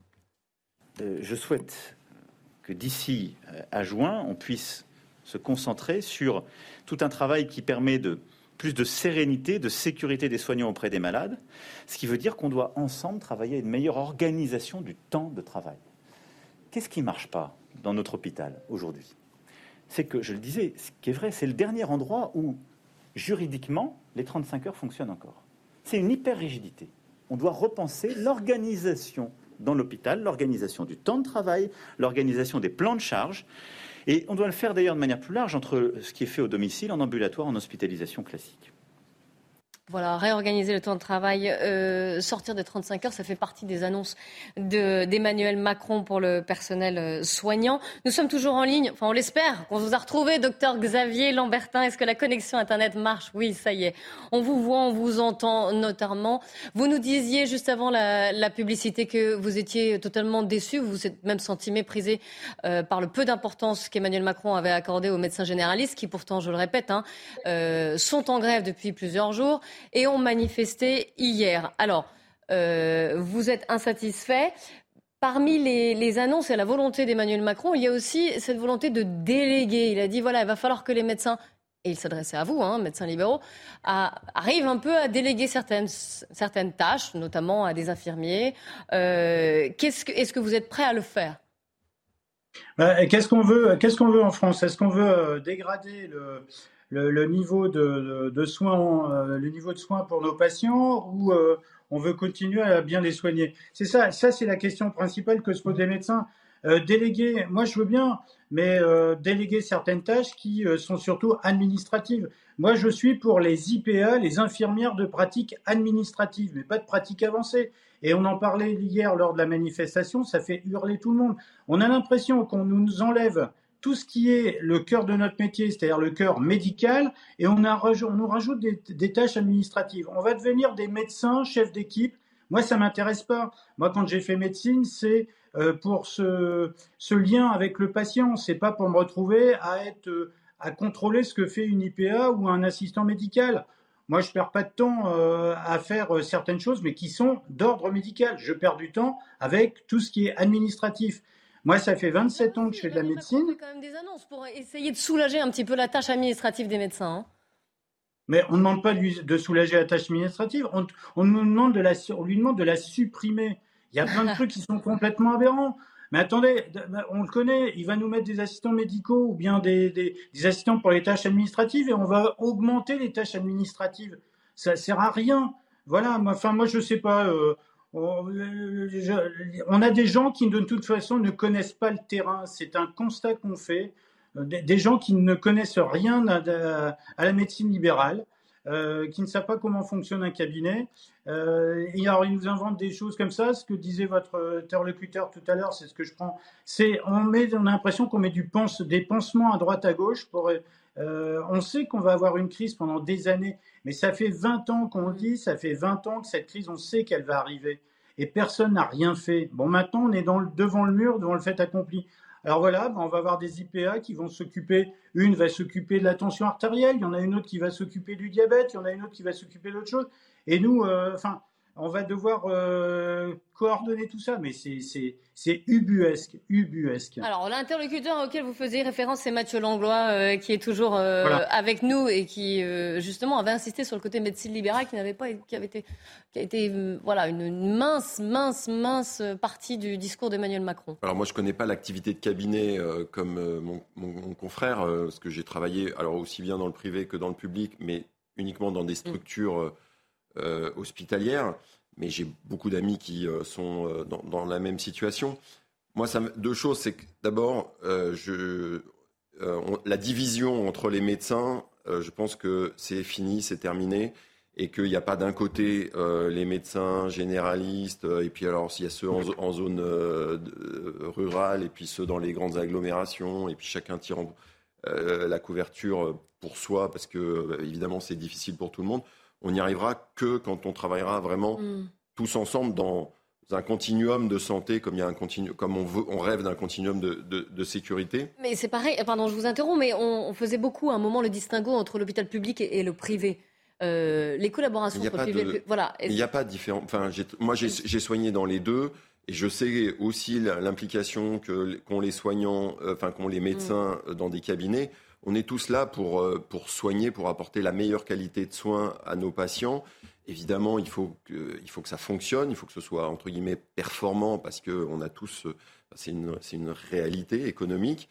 Euh, je souhaite que d'ici à juin, on puisse se concentrer sur tout un travail qui permet de plus de sérénité, de sécurité des soignants auprès des malades, ce qui veut dire qu'on doit ensemble travailler à une meilleure organisation du temps de travail. Qu'est-ce qui ne marche pas dans notre hôpital aujourd'hui ? C'est que, je le disais, ce qui est vrai, c'est le dernier endroit où, juridiquement, les trente-cinq heures fonctionnent encore. C'est une hyper-rigidité. On doit repenser l'organisation dans l'hôpital, l'organisation du temps de travail, l'organisation des plans de charge. Et on doit le faire d'ailleurs de manière plus large entre ce qui est fait au domicile, en ambulatoire, en hospitalisation classique. Voilà, réorganiser le temps de travail, euh, sortir des trente-cinq heures, ça fait partie des annonces de, d'Emmanuel Macron pour le personnel soignant. Nous sommes toujours en ligne, enfin on l'espère, qu'on vous a retrouvé, docteur Xavier Lambertin. Est-ce que la connexion Internet marche ? Oui, ça y est. On vous voit, on vous entend notamment. Vous nous disiez juste avant la, la publicité que vous étiez totalement déçu, vous vous êtes même senti méprisé euh, par le peu d'importance qu'Emmanuel Macron avait accordé aux médecins généralistes, qui pourtant, je le répète, hein, euh, sont en grève depuis plusieurs jours. Et ont manifesté hier. Alors, euh, vous êtes insatisfait. Parmi les, les annonces et la volonté d'Emmanuel Macron, il y a aussi cette volonté de déléguer. Il a dit, voilà, il va falloir que les médecins, et il s'adressait à vous, hein, médecins libéraux, à, arrivent un peu à déléguer certaines, certaines tâches, notamment à des infirmiers. Euh, qu'est-ce que, est-ce que vous êtes prêt à le faire ? Bah, qu'est-ce qu'on veut, qu'est-ce qu'on veut en France ? Est-ce qu'on veut euh, dégrader le... Le, le niveau de, de, de soins, euh, le niveau de soins pour nos patients, ou euh, on veut continuer à bien les soigner. C'est ça, ça c'est la question principale que se posent les médecins. Euh, déléguer, moi je veux bien, mais euh, déléguer certaines tâches qui euh, sont surtout administratives. Moi je suis pour les I P A, les infirmières de pratique administrative, mais pas de pratique avancée. Et on en parlait hier lors de la manifestation, ça fait hurler tout le monde. On a l'impression qu'on nous enlève tout ce qui est le cœur de notre métier, c'est-à-dire le cœur médical, et on, a, on nous rajoute des, des tâches administratives. On va devenir des médecins, chefs d'équipe. Moi, ça ne m'intéresse pas. Moi, quand j'ai fait médecine, c'est euh, pour ce, ce lien avec le patient. Ce n'est pas pour me retrouver à, être, euh, à contrôler ce que fait une I P A ou un assistant médical. Moi, je ne perds pas de temps euh, à faire euh, certaines choses, mais qui sont d'ordre médical. Je perds du temps avec tout ce qui est administratif. Moi, ça fait vingt-sept ans que je fais de la médecine. On fait quand même des annonces pour essayer de soulager un petit peu la tâche administrative des médecins. Hein. Mais on ne demande pas de, lui, de soulager la tâche administrative, on, on, nous demande de la, on lui demande de la supprimer. Il y a plein de trucs qui sont complètement aberrants. Mais attendez, on le connaît, il va nous mettre des assistants médicaux ou bien des, des, des assistants pour les tâches administratives et on va augmenter les tâches administratives. Ça ne sert à rien. Voilà, enfin, moi, je ne sais pas... Euh, On a des gens qui, de toute façon, ne connaissent pas le terrain. C'est un constat qu'on fait. Des gens qui ne connaissent rien à la médecine libérale, euh, qui ne savent pas comment fonctionne un cabinet. Euh, et alors, ils nous inventent des choses comme ça. Ce que disait votre interlocuteur tout à l'heure, c'est ce que je prends. C'est, on, met, on a l'impression qu'on met du pense, des pansements à droite à gauche. Pour, euh, on sait qu'on va avoir une crise pendant des années. Mais ça fait vingt ans qu'on le dit, ça fait vingt ans que cette crise, on sait qu'elle va arriver. Et personne n'a rien fait. Bon, maintenant, on est dans le, devant le mur, devant le fait accompli. Alors voilà, ben on va avoir des I P A qui vont s'occuper, une va s'occuper de la tension artérielle, il y en a une autre qui va s'occuper du diabète, il y en a une autre qui va s'occuper d'autre chose. Et nous, enfin, euh, on va devoir euh, coordonner tout ça, mais c'est, c'est, c'est ubuesque, ubuesque. Alors, l'interlocuteur auquel vous faisiez référence, c'est Mathieu Langlois, euh, qui est toujours euh, voilà. avec nous et qui, euh, justement, avait insisté sur le côté médecine libérale qui n'avait pas, qui avait été, qui a été, euh, voilà, une mince, mince, mince partie du discours d'Emmanuel Macron. Alors moi, je connais pas l'activité de cabinet euh, comme euh, mon, mon, mon confrère, euh, parce que j'ai travaillé, alors aussi bien dans le privé que dans le public, mais uniquement dans des structures euh, euh, hospitalières. Mais j'ai beaucoup d'amis qui euh, sont euh, dans, dans la même situation. Moi, ça, deux choses, c'est que d'abord, euh, je, euh, on, la division entre les médecins euh, je pense que c'est fini, c'est terminé. Et qu'il n'y a pas d'un côté euh, les médecins généralistes, euh, et puis alors s'il y a ceux en, en zone euh, de, rurale, et puis ceux dans les grandes agglomérations, et puis chacun tirant euh, la couverture pour soi, parce que euh, évidemment c'est difficile pour tout le monde. On n'y arrivera que quand on travaillera vraiment mmh. tous ensemble dans un continuum de santé, comme il y a un continu, comme on veut, on rêve d'un continuum de, de, de sécurité. Mais c'est pareil. Pardon, je vous interromps, mais on, on faisait beaucoup à un moment le distinguo entre l'hôpital public et, et le privé. Euh, les collaborations entre privé de... et voilà. Il n'y a pas de différence. Enfin, j'ai... moi, j'ai... j'ai soigné dans les deux, et je sais aussi l'implication que qu'ont les soignants, euh, enfin qu'ont les médecins mmh. dans des cabinets. On est tous là pour euh, pour soigner, pour apporter la meilleure qualité de soins à nos patients. Évidemment, il faut que il faut que ça fonctionne, il faut que ce soit entre guillemets performant, parce que on a tous, euh, c'est une c'est une réalité économique.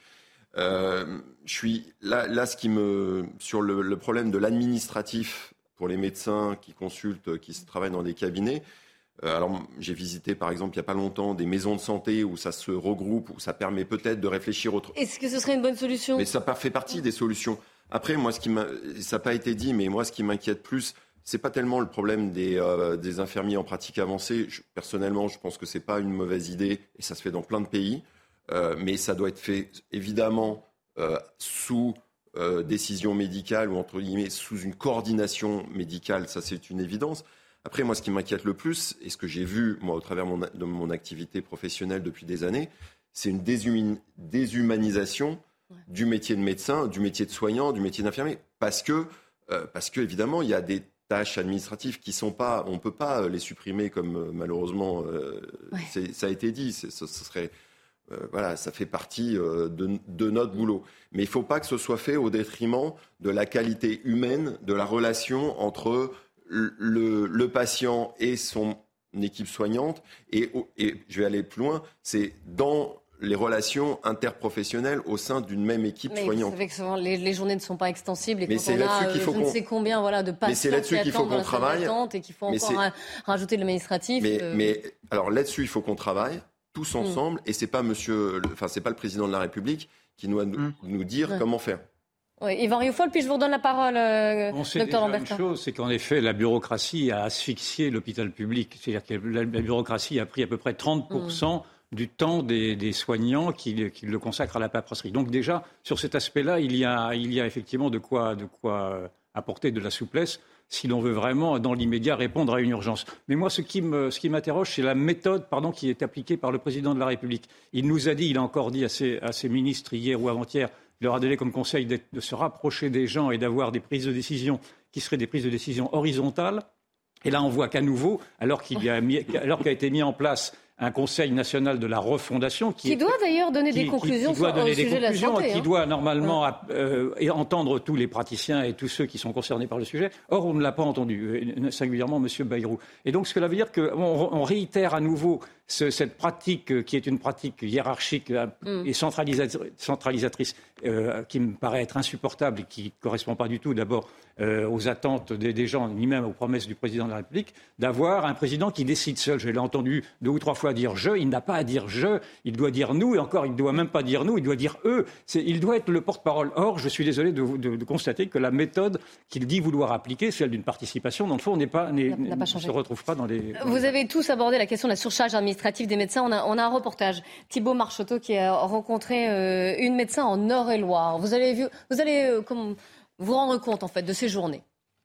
Euh, je suis là là ce qui me sur le, le problème de l'administratif. Pour les médecins qui consultent, qui travaillent dans des cabinets. Euh, alors, j'ai visité, par exemple, il n'y a pas longtemps, des maisons de santé où ça se regroupe, où ça permet peut-être de réfléchir autrement. Est-ce que ce serait une bonne solution ? Mais ça fait partie des solutions. Après, moi, ce qui m'a, ça n'a pas été dit, mais moi, ce qui m'inquiète plus, c'est pas tellement le problème des, euh, des infirmiers en pratique avancée. Je, personnellement, je pense que c'est pas une mauvaise idée, et ça se fait dans plein de pays. Euh, mais ça doit être fait, évidemment, euh, sous... Euh, décision médicale ou entre guillemets sous une coordination médicale, ça c'est une évidence. Après, moi, ce qui m'inquiète le plus, et ce que j'ai vu moi au travers mon, de mon activité professionnelle depuis des années, c'est une déshuman, déshumanisation ouais. du métier de médecin, du métier de soignant, du métier d'infirmier, parce que euh, parce que évidemment, il y a des tâches administratives qui sont pas, on peut pas les supprimer comme euh, malheureusement euh, ouais. c'est, ça a été dit, c'est, ce, ce serait Euh, voilà, ça fait partie euh, de, de notre boulot. Mais il ne faut pas que ce soit fait au détriment de la qualité humaine, de la relation entre le, le, le patient et son équipe soignante. Et, et je vais aller plus loin, c'est dans les relations interprofessionnelles au sein d'une même équipe mais soignante. Vous savez que souvent les, les journées ne sont pas extensibles et mais quand c'est on là-dessus a qu'il faut je ne qu'on... sais combien voilà, de patients mais c'est là-dessus qui qu'il faut qu'on travaille et qu'il faut encore un, rajouter de l'administratif. Mais, euh... mais alors là-dessus, il faut qu'on travaille tous ensemble, mmh. et c'est pas monsieur, enfin c'est pas le président de la République qui doit nous, mmh. nous dire ouais. comment faire. Oui, Yvan Rioufol, puis je vous redonne la parole, euh, On sait docteur déjà Lambertin. Une chose, c'est qu'en effet, la bureaucratie a asphyxié l'hôpital public. C'est-à-dire que la, la bureaucratie a pris à peu près trente pour cent mmh. du temps des, des soignants qui, qui le consacrent à la paperasserie. Donc déjà, sur cet aspect-là, il y a, il y a effectivement de quoi, de quoi apporter de la souplesse si l'on veut vraiment, dans l'immédiat, répondre à une urgence. Mais moi, ce qui, me, ce qui m'interroge, c'est la méthode pardon, qui est appliquée par le président de la République. Il nous a dit, il a encore dit à ses, à ses ministres hier ou avant-hier, il leur a donné comme conseil de, de se rapprocher des gens et d'avoir des prises de décision qui seraient des prises de décision horizontales. Et là, on voit qu'à nouveau, alors qu'il y a mis, alors qu'a été mis en place un Conseil national de la refondation qui, qui doit est, d'ailleurs donner qui, des conclusions qui, qui doit donner au des sujet conclusions, de la santé. Qui hein. doit normalement ouais. euh, entendre tous les praticiens et tous ceux qui sont concernés par le sujet. Or, on ne l'a pas entendu, singulièrement M. Bayrou. Et donc, cela veut dire qu'on on réitère à nouveau ce, cette pratique qui est une pratique hiérarchique mm. et centralisatrice, centralisatrice euh, qui me paraît être insupportable et qui ne correspond pas du tout d'abord euh, aux attentes des, des gens, ni même aux promesses du président de la République, d'avoir un président qui décide seul. Je l'ai entendu deux ou trois fois dire « je », il n'a pas à dire « je », il doit dire « nous », et encore, il ne doit même pas dire « nous », il doit dire « eux ». C'est, il doit être le porte-parole. Or, je suis désolé de, de, de constater que la méthode qu'il dit vouloir appliquer, celle d'une participation, dans le fond, n'est pas, n'est, n'a pas changé. Ne se retrouve pas dans les... Dans Vous les... avez tous abordé la question de la surcharge administrative des médecins. On a, on a un reportage. Thibaut Marcheteau qui a rencontré euh, une médecin en Eure-et-Loire. Vous allez, vous allez euh, comme, vous rendre compte, en fait, de ces journées.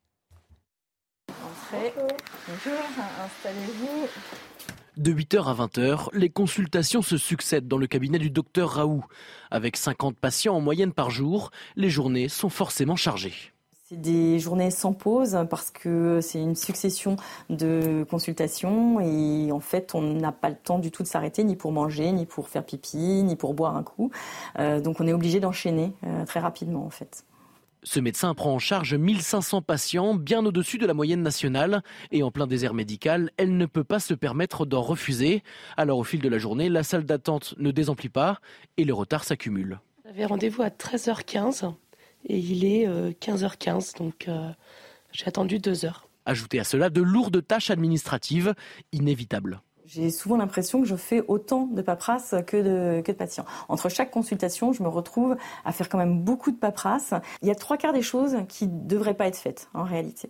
Entrez. Bonjour, installez-vous. De huit heures à vingt heures, les consultations se succèdent dans le cabinet du docteur Raoult. Avec cinquante patients en moyenne par jour, les journées sont forcément chargées. C'est des journées sans pause parce que c'est une succession de consultations et en fait on n'a pas le temps du tout de s'arrêter ni pour manger, ni pour faire pipi, ni pour boire un coup. Euh, donc on est obligé d'enchaîner euh, très rapidement en fait. Ce médecin prend en charge mille cinq cents patients, bien au-dessus de la moyenne nationale. Et en plein désert médical, elle ne peut pas se permettre d'en refuser. Alors au fil de la journée, la salle d'attente ne désemplit pas et le retard s'accumule. J'avais rendez-vous à treize heures quinze et il est quinze heures quinze, donc euh, j'ai attendu deux heures. Ajoutez à cela de lourdes tâches administratives inévitables. J'ai souvent l'impression que je fais autant de paperasse que de, que de patients. Entre chaque consultation, je me retrouve à faire quand même beaucoup de paperasse. Il y a trois quarts des choses qui ne devraient pas être faites, en réalité.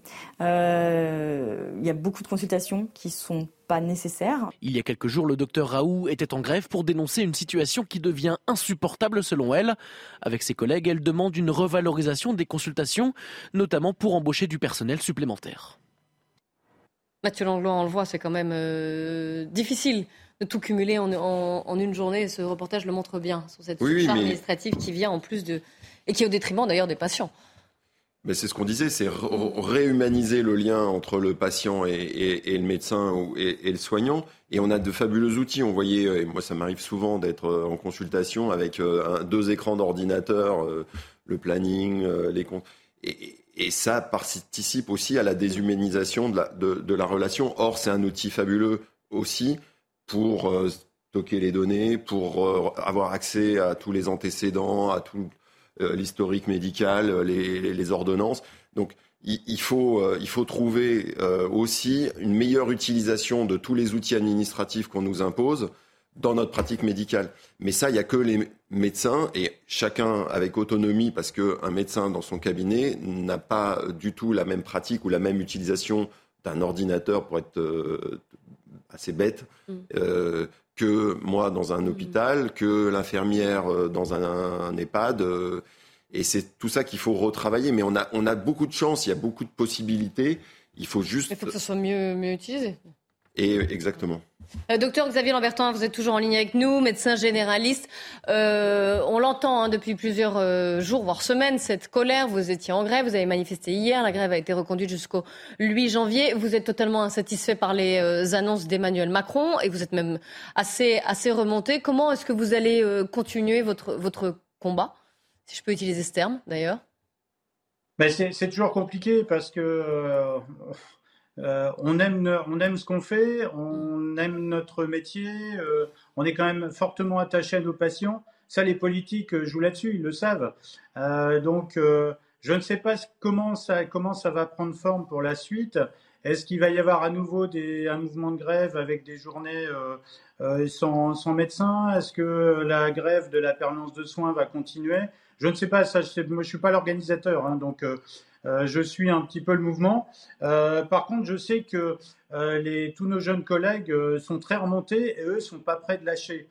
Euh, il y a beaucoup de consultations qui sont pas nécessaires. Il y a quelques jours, le docteur Raoult était en grève pour dénoncer une situation qui devient insupportable selon elle. Avec ses collègues, elle demande une revalorisation des consultations, notamment pour embaucher du personnel supplémentaire. Mathieu Langlois, on le voit, c'est quand même euh, difficile de tout cumuler en, en, en une journée. Ce reportage le montre bien, sur cette oui, charge oui, mais... administrative qui vient en plus de... et qui est au détriment d'ailleurs des patients. Mais c'est ce qu'on disait, c'est r- réhumaniser le lien entre le patient et, et, et le médecin ou, et, et le soignant. Et on a de fabuleux outils. On voyait, et moi ça m'arrive souvent d'être en consultation avec euh, un, deux écrans d'ordinateur, euh, le planning, euh, les comptes. Et, Et ça participe aussi à la déshumanisation de la, de, de la relation. Or, c'est un outil fabuleux aussi pour euh, stocker les données, pour euh, avoir accès à tous les antécédents, à tout euh, l'historique médical, les, les ordonnances. Donc, il, il, faut, euh, il faut trouver euh, aussi une meilleure utilisation de tous les outils administratifs qu'on nous impose dans notre pratique médicale. Mais ça, il n'y a que les médecins, et chacun avec autonomie, parce qu'un médecin dans son cabinet n'a pas du tout la même pratique ou la même utilisation d'un ordinateur, pour être euh, assez bête, mmh. euh, que moi dans un hôpital, que l'infirmière dans un, un EHPAD. Euh, et c'est tout ça qu'il faut retravailler. Mais on a, on a beaucoup de chance, il y a beaucoup de possibilités. Il faut juste... Il faut que ce soit mieux, mieux utilisé. Et exactement. Euh, docteur Xavier Lambertin, vous êtes toujours en ligne avec nous, médecin généraliste. Euh, on l'entend hein, depuis plusieurs euh, jours, voire semaines, cette colère. Vous étiez en grève, vous avez manifesté hier. La grève a été reconduite jusqu'au huit janvier. Vous êtes totalement insatisfait par les euh, annonces d'Emmanuel Macron et vous êtes même assez, assez remonté. Comment est-ce que vous allez euh, continuer votre, votre combat, si je peux utiliser ce terme d'ailleurs? Ben c'est, c'est toujours compliqué parce que... Euh... Euh, on aime, on aime ce qu'on fait, on aime notre métier, euh, on est quand même fortement attaché à nos patients. Ça, les politiques jouent là-dessus, ils le savent. Euh, donc, euh, je ne sais pas comment ça, comment ça va prendre forme pour la suite. Est-ce qu'il va y avoir à nouveau des, un mouvement de grève avec des journées euh, euh, sans, sans médecin? Est-ce que la grève de la permanence de soins va continuer? Je ne sais pas, ça, je ne suis pas l'organisateur, hein, donc... Euh, Euh, je suis un petit peu le mouvement. Euh, par contre, je sais que euh, les, tous nos jeunes collègues euh, sont très remontés et eux sont pas prêts de lâcher.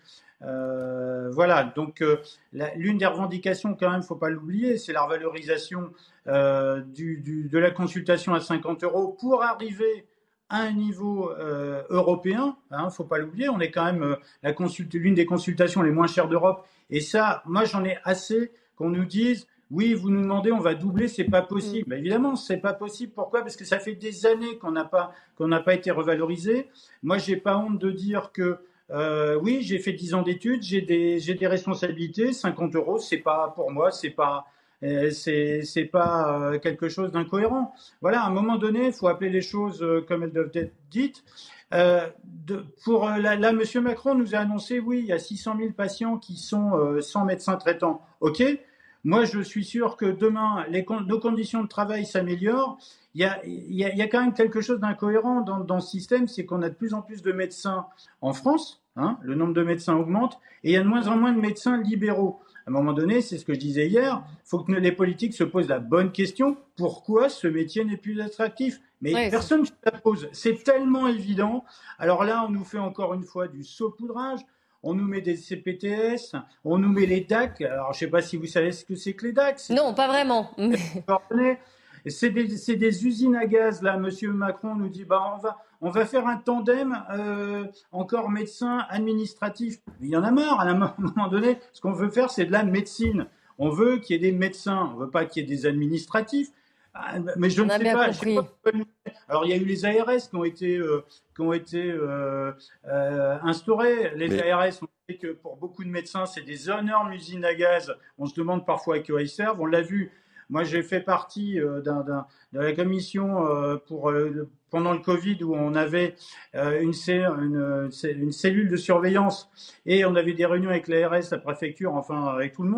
Euh, voilà, donc euh, la, l'une des revendications, quand même, faut pas l'oublier, c'est la revalorisation euh, du, du, de la consultation à cinquante euros pour arriver à un niveau euh, européen. Hein, faut pas l'oublier, on est quand même euh, la consult- l'une des consultations les moins chères d'Europe. Et ça, moi, j'en ai assez qu'on nous dise. Oui, vous nous demandez, on va doubler, c'est pas possible. Mmh. Évidemment, c'est pas possible. Pourquoi? Parce que ça fait des années qu'on n'a pas qu'on n'a pas été revalorisé. Moi, j'ai pas honte de dire que euh, oui, j'ai fait dix ans d'études, j'ai des j'ai des responsabilités. cinquante euros, c'est pas pour moi, c'est pas euh, c'est c'est pas euh, quelque chose d'incohérent. Voilà, à un moment donné, il faut appeler les choses euh, comme elles doivent être dites. Euh, de, pour euh, là, là, Monsieur Macron nous a annoncé, oui, il y a six cent mille patients qui sont euh, sans médecin traitant. Ok. Moi, je suis sûr que demain, les, nos conditions de travail s'améliorent. Il y a, il y a, il y a quand même quelque chose d'incohérent dans, dans ce système, c'est qu'on a de plus en plus de médecins en France, hein, le nombre de médecins augmente, et il y a de moins en moins de médecins libéraux. À un moment donné, c'est ce que je disais hier, il faut que les politiques se posent la bonne question, pourquoi ce métier n'est plus attractif? Mais ouais, personne ne se la pose, c'est tellement évident. Alors là, on nous fait encore une fois du saupoudrage. On nous met des C P T S, on nous met les D A C. Alors, je ne sais pas si vous savez ce que c'est que les D A C. Non, pas vraiment. C'est des, c'est des usines à gaz. Là, Monsieur Macron nous dit, bah, on va, on va faire un tandem, euh, encore médecin administratif. Il y en a marre. À un moment donné, ce qu'on veut faire, c'est de la médecine. On veut qu'il y ait des médecins. On ne veut pas qu'il y ait des administratifs. Mais je ne sais pas, je sais pas. Alors il y a eu les A R S qui ont été euh, qui ont été euh, euh, instaurés. Les Mais... A R S ont dit que pour beaucoup de médecins c'est des énormes usines à gaz. On se demande parfois à quoi ils servent. On l'a vu. Moi j'ai fait partie euh, d'un, d'un, de la commission euh, pour euh, pendant le Covid où on avait euh, une, une, une cellule de surveillance et on avait des réunions avec l'A R S, la préfecture, enfin avec tout le monde.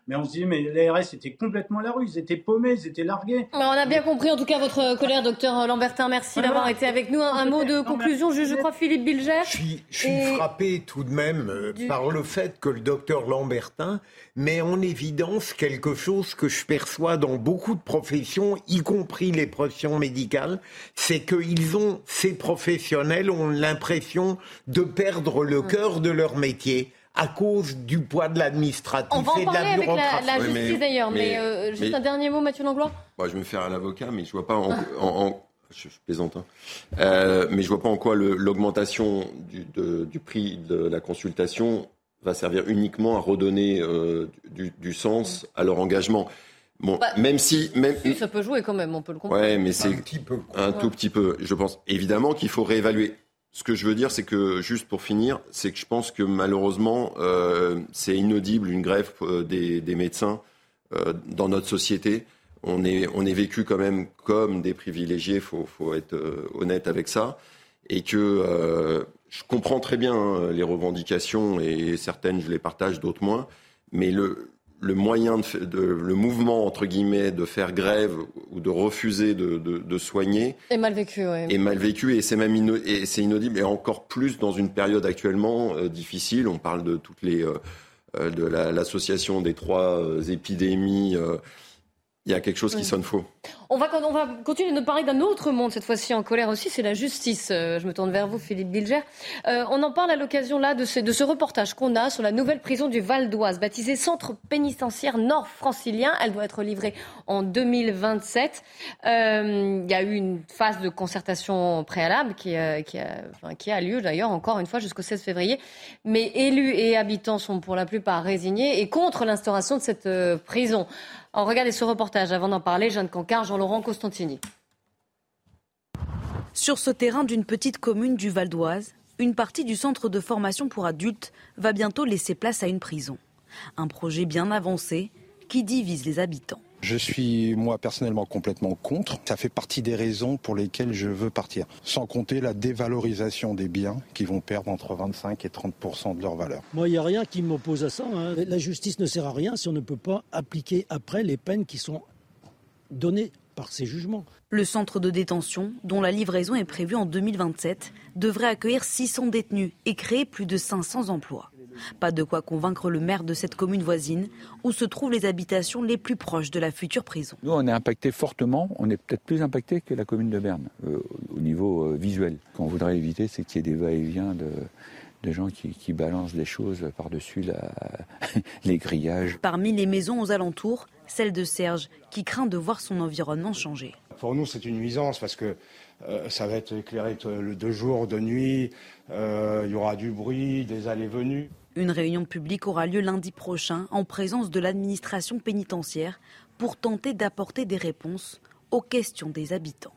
Mais on se dit, mais l'A R S était complètement à la rue, ils étaient paumés, ils étaient largués. On a bien compris, en tout cas, votre colère, docteur Lambertin. Merci voilà. d'avoir été avec nous. Un, un mot de conclusion, je, je crois, Philippe Bilger. Je suis, je suis et... frappé tout de même euh, du... par le fait que le docteur Lambertin met en évidence quelque chose que je perçois dans beaucoup de professions, y compris les professions médicales, c'est qu'ils ont, ces professionnels ont l'impression de perdre le mmh. cœur de leur métier à cause du poids de l'administratif et de la bureaucratie. On va en parler avec la, la justice oui, mais, d'ailleurs, mais, mais euh, juste mais, un dernier mot, Mathieu Langlois. Bah, je vais me faire un avocat, mais je vois pas en... en, en je, je plaisante, hein. euh, mais je vois pas en quoi le, l'augmentation du, de, du prix de la consultation va servir uniquement à redonner euh, du, du sens à leur engagement. Bon, bah, même si, même si ça peut jouer quand même, on peut le comprendre. Ouais, mais c'est un petit peu, un ouais. tout petit peu. Je pense évidemment qu'il faut réévaluer. Ce que je veux dire, c'est que, juste pour finir, c'est que je pense que malheureusement, euh, c'est inaudible une grève euh, des, des médecins euh, dans notre société. On est, on est vécu quand même comme des privilégiés, il faut, faut être euh, honnête avec ça. Et que euh, je comprends très bien hein, les revendications, et certaines je les partage, d'autres moins. Mais le... le moyen, de, de, le mouvement, entre guillemets, de faire grève ou de refuser de, de, de soigner... est mal vécu, oui. Est mal vécu et c'est même ino, et c'est inaudible, et encore plus dans une période actuellement euh, difficile. On parle de toutes les... Euh, de la, l'association des trois euh, épidémies... Euh, il y a quelque chose qui oui. sonne faux. On va, on va continuer de parler d'un autre monde, cette fois-ci en colère aussi, c'est la justice. Euh, je me tourne vers vous, Philippe Bilger. Euh, on en parle à l'occasion là de ce, de ce reportage qu'on a sur la nouvelle prison du Val d'Oise, baptisée Centre pénitentiaire nord-francilien. Elle doit être livrée en deux mille vingt-sept. Euh, il y a eu une phase de concertation préalable qui, euh, qui, a, enfin, qui a lieu d'ailleurs encore une fois jusqu'au seize février. Mais élus et habitants sont pour la plupart résignés et contre l'instauration de cette euh, prison. On regarde ce reportage avant d'en parler. Jeanne Cancard, Jean-Laurent Costantini. Sur ce terrain d'une petite commune du Val d'Oise, une partie du centre de formation pour adultes va bientôt laisser place à une prison. Un projet bien avancé qui divise les habitants. Je suis, moi, personnellement complètement contre. Ça fait partie des raisons pour lesquelles je veux partir. Sans compter la dévalorisation des biens qui vont perdre entre vingt-cinq et trente pour cent de leur valeur. Moi, il n'y a rien qui m'oppose à ça. Hein. La justice ne sert à rien si on ne peut pas appliquer après les peines qui sont données par ces jugements. Le centre de détention, dont la livraison est prévue en deux mille vingt-sept, devrait accueillir six cents détenus et créer plus de cinq cents emplois. Pas de quoi convaincre le maire de cette commune voisine, où se trouvent les habitations les plus proches de la future prison. Nous, on est impacté fortement, on est peut-être plus impacté que la commune de Berne, euh, au niveau euh, visuel. Ce qu'on voudrait éviter, c'est qu'il y ait des va-et-vient de, de gens qui, qui balancent des choses par-dessus la, les grillages. Parmi les maisons aux alentours, celle de Serge, qui craint de voir son environnement changer. Pour nous, c'est une nuisance parce que euh, ça va être éclairé de jour, de nuit, euh, il y aura du bruit, des allées-venues. Une réunion publique aura lieu lundi prochain en présence de l'administration pénitentiaire pour tenter d'apporter des réponses aux questions des habitants.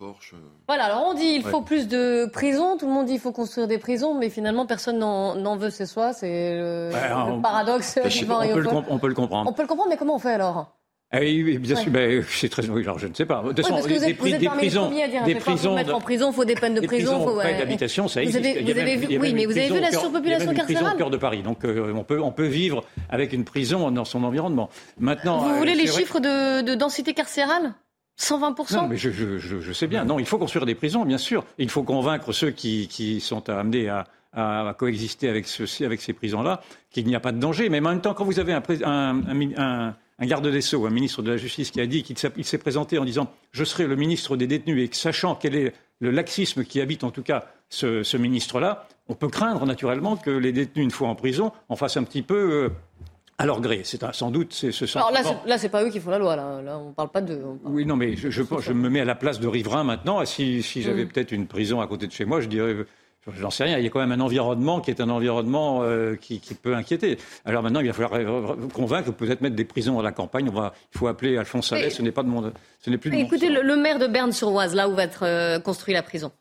Voilà, alors on dit il faut ouais. plus de prisons, tout le monde dit il faut construire des prisons, mais finalement personne n'en, n'en veut, c'est soi, c'est le, ouais, le on, paradoxe vivant et on, peut comp- on peut le comprendre. On peut le comprendre, mais comment on fait alors ? Ah oui, bien sûr, ouais. ben, c'est très, oui, alors je ne sais pas. De toute façon, oui, des, des, des prisons, à dire, des prisons, faut mettre en prison, il faut des peines de des prison, prisons faut ouais. d'habitation, ça existe. Vous avez, vous avez même, vu, oui, mais vous avez vu la surpopulation carcérale. Il y a même une prison au cœur de Paris, donc euh, on peut, on peut vivre avec une prison dans son environnement. Maintenant, vous euh, voulez les vrai... chiffres de, de densité carcérale ? cent vingt pour cent ? Non, mais je, je, je, je sais bien. Non, il faut construire des prisons, bien sûr. Il faut convaincre ceux qui, qui sont amenés à, à, à coexister avec, ce, avec ces prisons-là qu'il n'y a pas de danger. Mais en même temps, quand vous avez un, un, un, un, un garde des Sceaux, un ministre de la Justice qui a dit qu'il il s'est présenté en disant « je serai le ministre des détenus » et sachant quel est le laxisme qui habite en tout cas ce, ce ministre-là, on peut craindre naturellement que les détenus, une fois en prison, en fassent un petit peu... Euh, à leur gré, c'est un, sans doute c'est ce sentiment. Alors là, c'est, là, c'est pas eux qui font la loi. Là, là on parle pas de. Parle... Oui, non, mais je, je, je me mets à la place de riverain maintenant. Si, si j'avais mmh. peut-être une prison à côté de chez moi, je dirais, j'en sais rien. Il y a quand même un environnement qui est un environnement euh, qui, qui peut inquiéter. Alors maintenant, il va falloir convaincre, peut-être mettre des prisons à la campagne. On va, il faut appeler Alphonse Salès. Mais... Ce n'est pas de monde. Ce n'est plus de écoutez, le, le maire de Berne-sur-Oise, là où va être euh, construite la prison.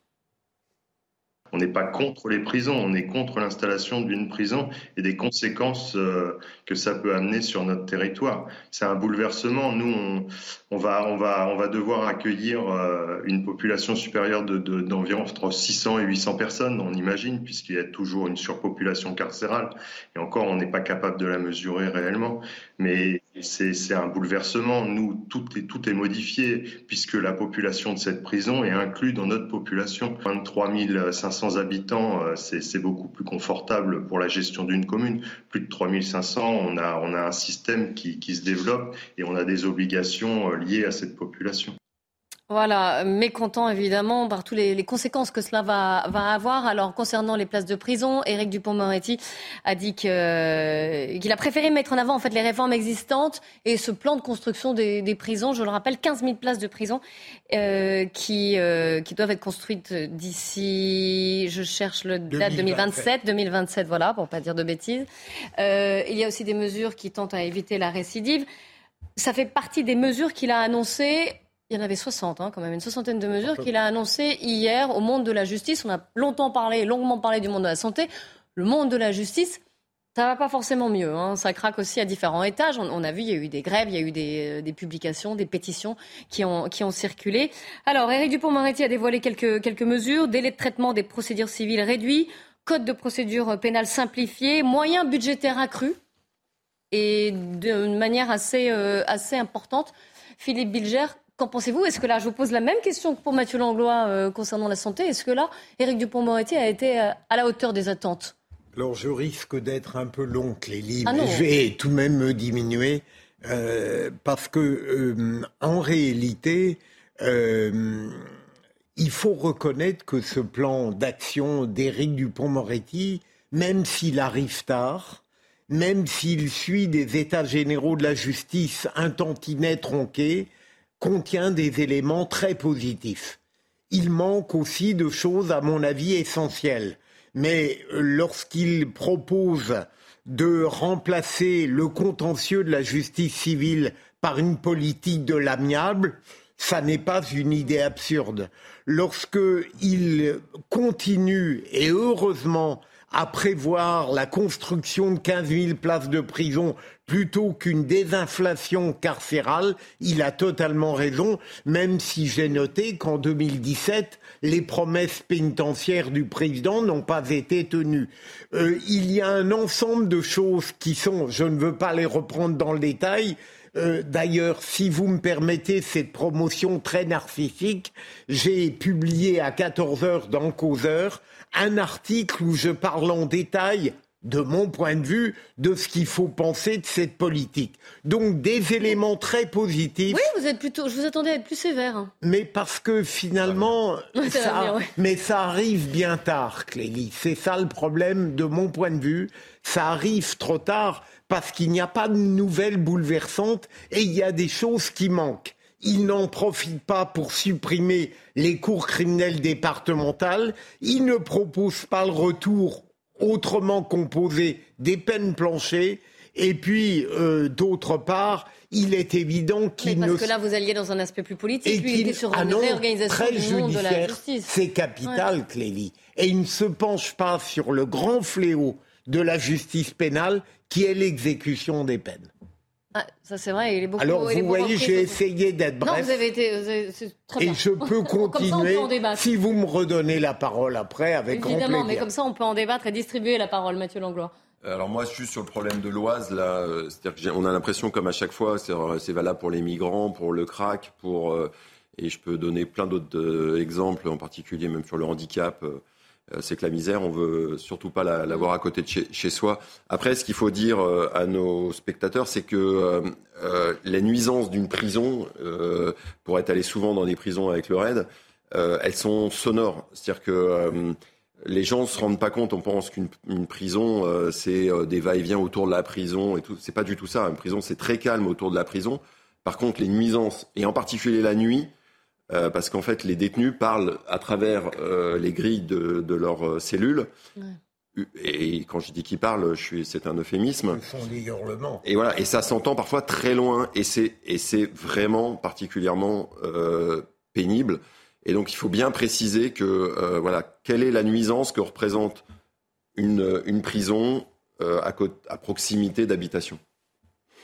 On n'est pas contre les prisons, on est contre l'installation d'une prison et des conséquences euh, que ça peut amener sur notre territoire. C'est un bouleversement. Nous, on, on, va, on, va, on va devoir accueillir euh, une population supérieure de, de, d'environ entre six cents et huit cents personnes, on imagine, puisqu'il y a toujours une surpopulation carcérale. Et encore, on n'est pas capable de la mesurer réellement. Mais C'est, c'est un bouleversement. Nous, tout est, tout est modifié puisque la population de cette prison est inclue dans notre population. vingt-trois mille cinq cents habitants, c'est, c'est beaucoup plus confortable pour la gestion d'une commune. Plus de trois mille cinq cents, on a, on a un système qui, qui se développe et on a des obligations liées à cette population. Voilà, mécontent évidemment par toutes les, les conséquences que cela va, va avoir. Alors concernant les places de prison, Éric Dupond-Moretti a dit que, qu'il a préféré mettre en avant en fait les réformes existantes et ce plan de construction des, des prisons. Je le rappelle, quinze mille places de prison euh, qui, euh, qui doivent être construites d'ici, je cherche le date deux mille vingt-sept, deux mille vingt-sept, voilà, pour pas dire de bêtises. Euh, il y a aussi des mesures qui tentent à éviter la récidive. Ça fait partie des mesures qu'il a annoncées. Il y en avait soixante, hein, quand même, une soixantaine de mesures qu'il a annoncées hier au monde de la justice. On a longtemps parlé, longuement parlé du monde de la santé. Le monde de la justice, ça va pas forcément mieux. Hein. Ça craque aussi à différents étages. On, on a vu, il y a eu des grèves, il y a eu des, des publications, des pétitions qui ont, qui ont circulé. Alors, Éric Dupond-Moretti a dévoilé quelques, quelques mesures. Délai de traitement des procédures civiles réduit, code de procédure pénale simplifié, moyens budgétaires accrus et d'une manière assez, euh, assez importante. Philippe Bilger, qu'en pensez-vous ? Est-ce que là, je vous pose la même question que pour Mathieu Langlois euh, concernant la santé. Est-ce que là, Éric Dupond-Moretti a été euh, à la hauteur des attentes ? Alors, je risque d'être un peu long, Clélie, ah mais je vais tout de même me diminuer euh, parce que, euh, en réalité, euh, il faut reconnaître que ce plan d'action d'Éric Dupond-Moretti, même s'il arrive tard, même s'il suit des états généraux de la justice un tantinet tronqués, contient des éléments très positifs. Il manque aussi de choses, à mon avis, essentielles. Mais lorsqu'il propose de remplacer le contentieux de la justice civile par une politique de l'amiable, ça n'est pas une idée absurde. Lorsqu'il continue, et heureusement, à prévoir la construction de quinze mille places de prison plutôt qu'une désinflation carcérale, il a totalement raison, même si j'ai noté qu'en deux mille dix-sept, les promesses pénitentiaires du président n'ont pas été tenues. Euh, il y a un ensemble de choses qui sont, je ne veux pas les reprendre dans le détail. Euh, d'ailleurs, si vous me permettez cette promotion très narcissique, j'ai publié à quatorze heures dans Causeur un article où je parle en détail, de mon point de vue, de ce qu'il faut penser de cette politique. Donc des éléments très positifs. Oui, vous êtes plutôt, je vous attendais à être plus sévère. Mais parce que finalement, ouais, ça, ça, bien, ouais. mais ça arrive bien tard, Clélie. C'est ça le problème de mon point de vue. Ça arrive trop tard parce qu'il n'y a pas de nouvelles bouleversantes et il y a des choses qui manquent. Il n'en profite pas pour supprimer les cours criminelles départementales. Il ne propose pas le retour autrement composé des peines planchées. Et puis, euh, d'autre part, il est évident qu'il Mais ne... Parce que là, vous alliez dans un aspect plus politique. Et lui, il était sur ah une non, réorganisation très du monde de la justice. C'est capital, ouais. Clélie. Et il ne se penche pas sur le grand fléau de la justice pénale, qui est l'exécution des peines. Ah, ça c'est vrai, il est beaucoup. Alors, vous voyez, j'ai sur... essayé d'être bref. Non, vous avez été. Vous avez... C'est très et bien. je peux continuer ça, si vous me redonnez la parole après, avec Évidemment, grand plaisir. mais comme ça, on peut en débattre et distribuer la parole, Mathieu Langlois. Alors moi, juste sur le problème de l'Oise, là, euh, c'est-à-dire qu'on a l'impression, comme à chaque fois, c'est, c'est valable pour les migrants, pour le crack, pour euh, et je peux donner plein d'autres euh, exemples, en particulier même sur le handicap. Euh, c'est que la misère, on veut surtout pas la, la voir à côté de chez, chez soi. Après, ce qu'il faut dire euh, à nos spectateurs, c'est que euh, euh, les nuisances d'une prison, euh, pour être allé souvent dans des prisons avec le RAID, euh, elles sont sonores. C'est-à-dire que euh, les gens ne se rendent pas compte, on pense qu'une une prison, euh, c'est euh, des va-et-vient autour de la prison et tout. C'est pas du tout ça. Une prison, c'est très calme autour de la prison. Par contre, les nuisances, et en particulier la nuit, Euh, parce qu'en fait, les détenus parlent à travers euh, les grilles de, de leurs euh, cellules. Ouais. Et, et quand je dis qu'ils parlent, je suis, c'est un euphémisme. Ce sont des hurlements. Et voilà, et ça s'entend parfois très loin, et c'est, et c'est vraiment particulièrement euh, pénible. Et donc, il faut bien préciser que, euh, voilà, quelle est la nuisance que représente une, une prison euh, à, côte, à proximité d'habitation.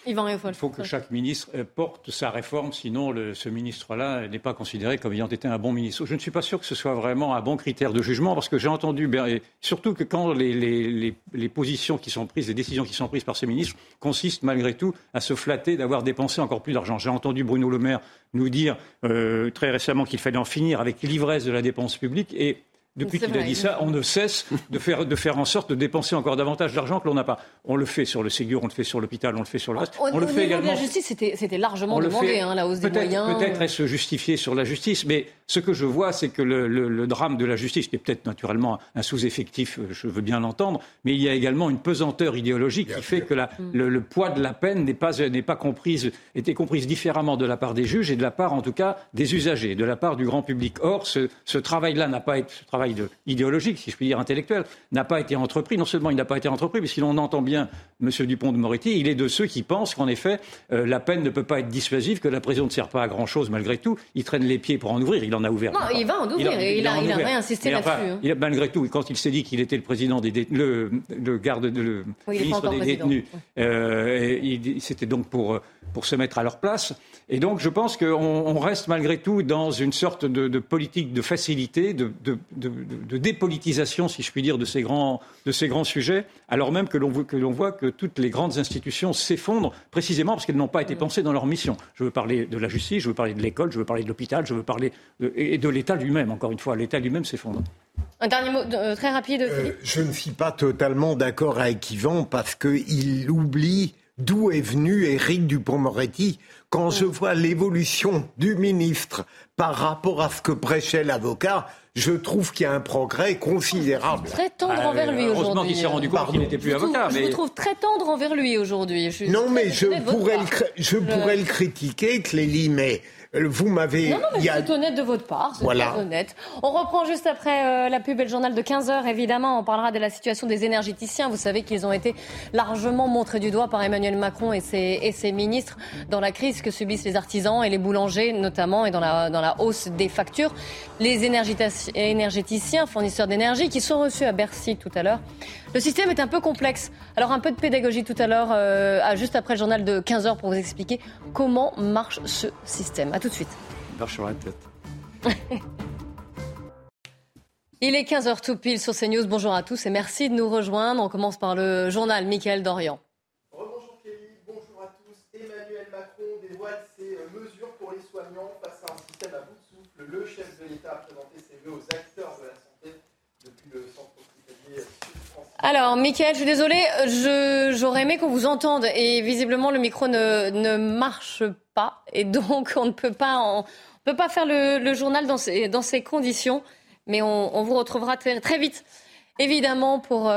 Yvan Il faut que chaque ministre porte sa réforme, sinon le, ce ministre-là n'est pas considéré comme ayant été un bon ministre. Je ne suis pas sûr que ce soit vraiment un bon critère de jugement, parce que j'ai entendu, et surtout que quand les, les, les, les positions qui sont prises, les décisions qui sont prises par ces ministres consistent malgré tout à se flatter d'avoir dépensé encore plus d'argent. J'ai entendu Bruno Le Maire nous dire euh, très récemment qu'il fallait en finir avec l'ivresse de la dépense publique, et depuis qu'il a dit ça, on ne cesse de faire, de faire en sorte de dépenser encore davantage d'argent que l'on n'a pas. On le fait sur le Ségur, on le fait sur l'hôpital, on le fait sur le reste. Au, on le au fait niveau également. de la justice, c'était, c'était largement demandé, fait, hein, la hausse des peut-être, moyens. Peut-être est-ce justifié sur la justice, mais ce que je vois, c'est que le, le, le drame de la justice, qui est peut-être naturellement un sous-effectif, je veux bien l'entendre, mais il y a également une pesanteur idéologique bien qui fait sûr. que la, mm. le, le poids de la peine n'est pas, n'est pas comprise, était comprise différemment de la part des juges et de la part, en tout cas, des usagers, de la part du grand public. Or, ce, ce travail-là n'a pas été, ce travail de, idéologique, si je puis dire intellectuel, n'a pas été entrepris. Non seulement il n'a pas été entrepris, mais si l'on entend bien M. Dupond-de-Moretti, il est de ceux qui pensent qu'en effet, euh, la peine ne peut pas être dissuasive, que la prison ne sert pas à grand-chose malgré tout. Il traîne les pieds pour en ouvrir, il en a ouvert. Non, il va en ouvrir, il a, et il a, il a réinsisté là-dessus. Enfin, hein. il a, malgré tout, quand il s'est dit qu'il était le président des détenus, le, le garde, le oui, ministre des président. détenus, euh, il, c'était donc pour, pour se mettre à leur place. Et donc, je pense qu'on on reste malgré tout dans une sorte de, de politique de facilité, de, de, de, de dépolitisation, si je puis dire, de ces grands, de ces grands sujets, alors même que l'on, que l'on voit que toutes les grandes institutions s'effondrent précisément parce qu'elles n'ont pas été pensées dans leur mission. Je veux parler de la justice, je veux parler de l'école, je veux parler de l'hôpital, je veux parler de, et de l'État lui-même. Encore une fois, l'État lui-même s'effondre. Un dernier mot euh, très rapide, Philippe. Euh, je ne suis pas totalement d'accord avec Yvan parce qu'il oublie d'où est venu Éric Dupond-Moretti. Quand je vois l'évolution du ministre par rapport à ce que prêchait l'avocat, je trouve qu'il y a un progrès considérable. Très tendre ah, envers lui aujourd'hui. Heureusement qu'il s'est rendu compte qu'il n'était plus je avocat. Trouve, mais... Je vous trouve très tendre envers lui aujourd'hui. Je non, mais je pourrais, le, je pourrais le critiquer, Clélie, mais vous m'avez... Non, non, mais a... c'est honnête de votre part, c'est voilà. très honnête. On reprend juste après euh, la pub et le journal de quinze heures, évidemment. On parlera de la situation des énergéticiens. Vous savez qu'ils ont été largement montrés du doigt par Emmanuel Macron et ses, et ses ministres dans la crise que subissent les artisans et les boulangers, notamment, et dans la, dans la hausse des factures. Les énergéticiens, fournisseurs d'énergie, qui sont reçus à Bercy tout à l'heure. Le système est un peu complexe. Alors, un peu de pédagogie tout à l'heure, euh, juste après le journal de quinze heures, pour vous expliquer comment marche ce système. À tout de suite. Il marche sur la tête. Il est quinze heures tout pile sur CNews. Bonjour à tous et merci de nous rejoindre. On commence par le journal Mickaël Dorian. Bonjour Kelly, bonjour à tous. Emmanuel Macron dévoile ses mesures pour les soignants face à un système à bout de souffle. Le chef de l'État a présenté ses vœux aux acteurs de la santé depuis le centre hospitalier sud-français. Alors, Mickaël, je suis désolée, je, j'aurais aimé qu'on vous entende et visiblement le micro ne, ne marche pas et donc on ne peut pas, en, on peut pas faire le, le journal dans ces, dans ces conditions, mais on, on vous retrouvera très, très vite. Évidemment, pour,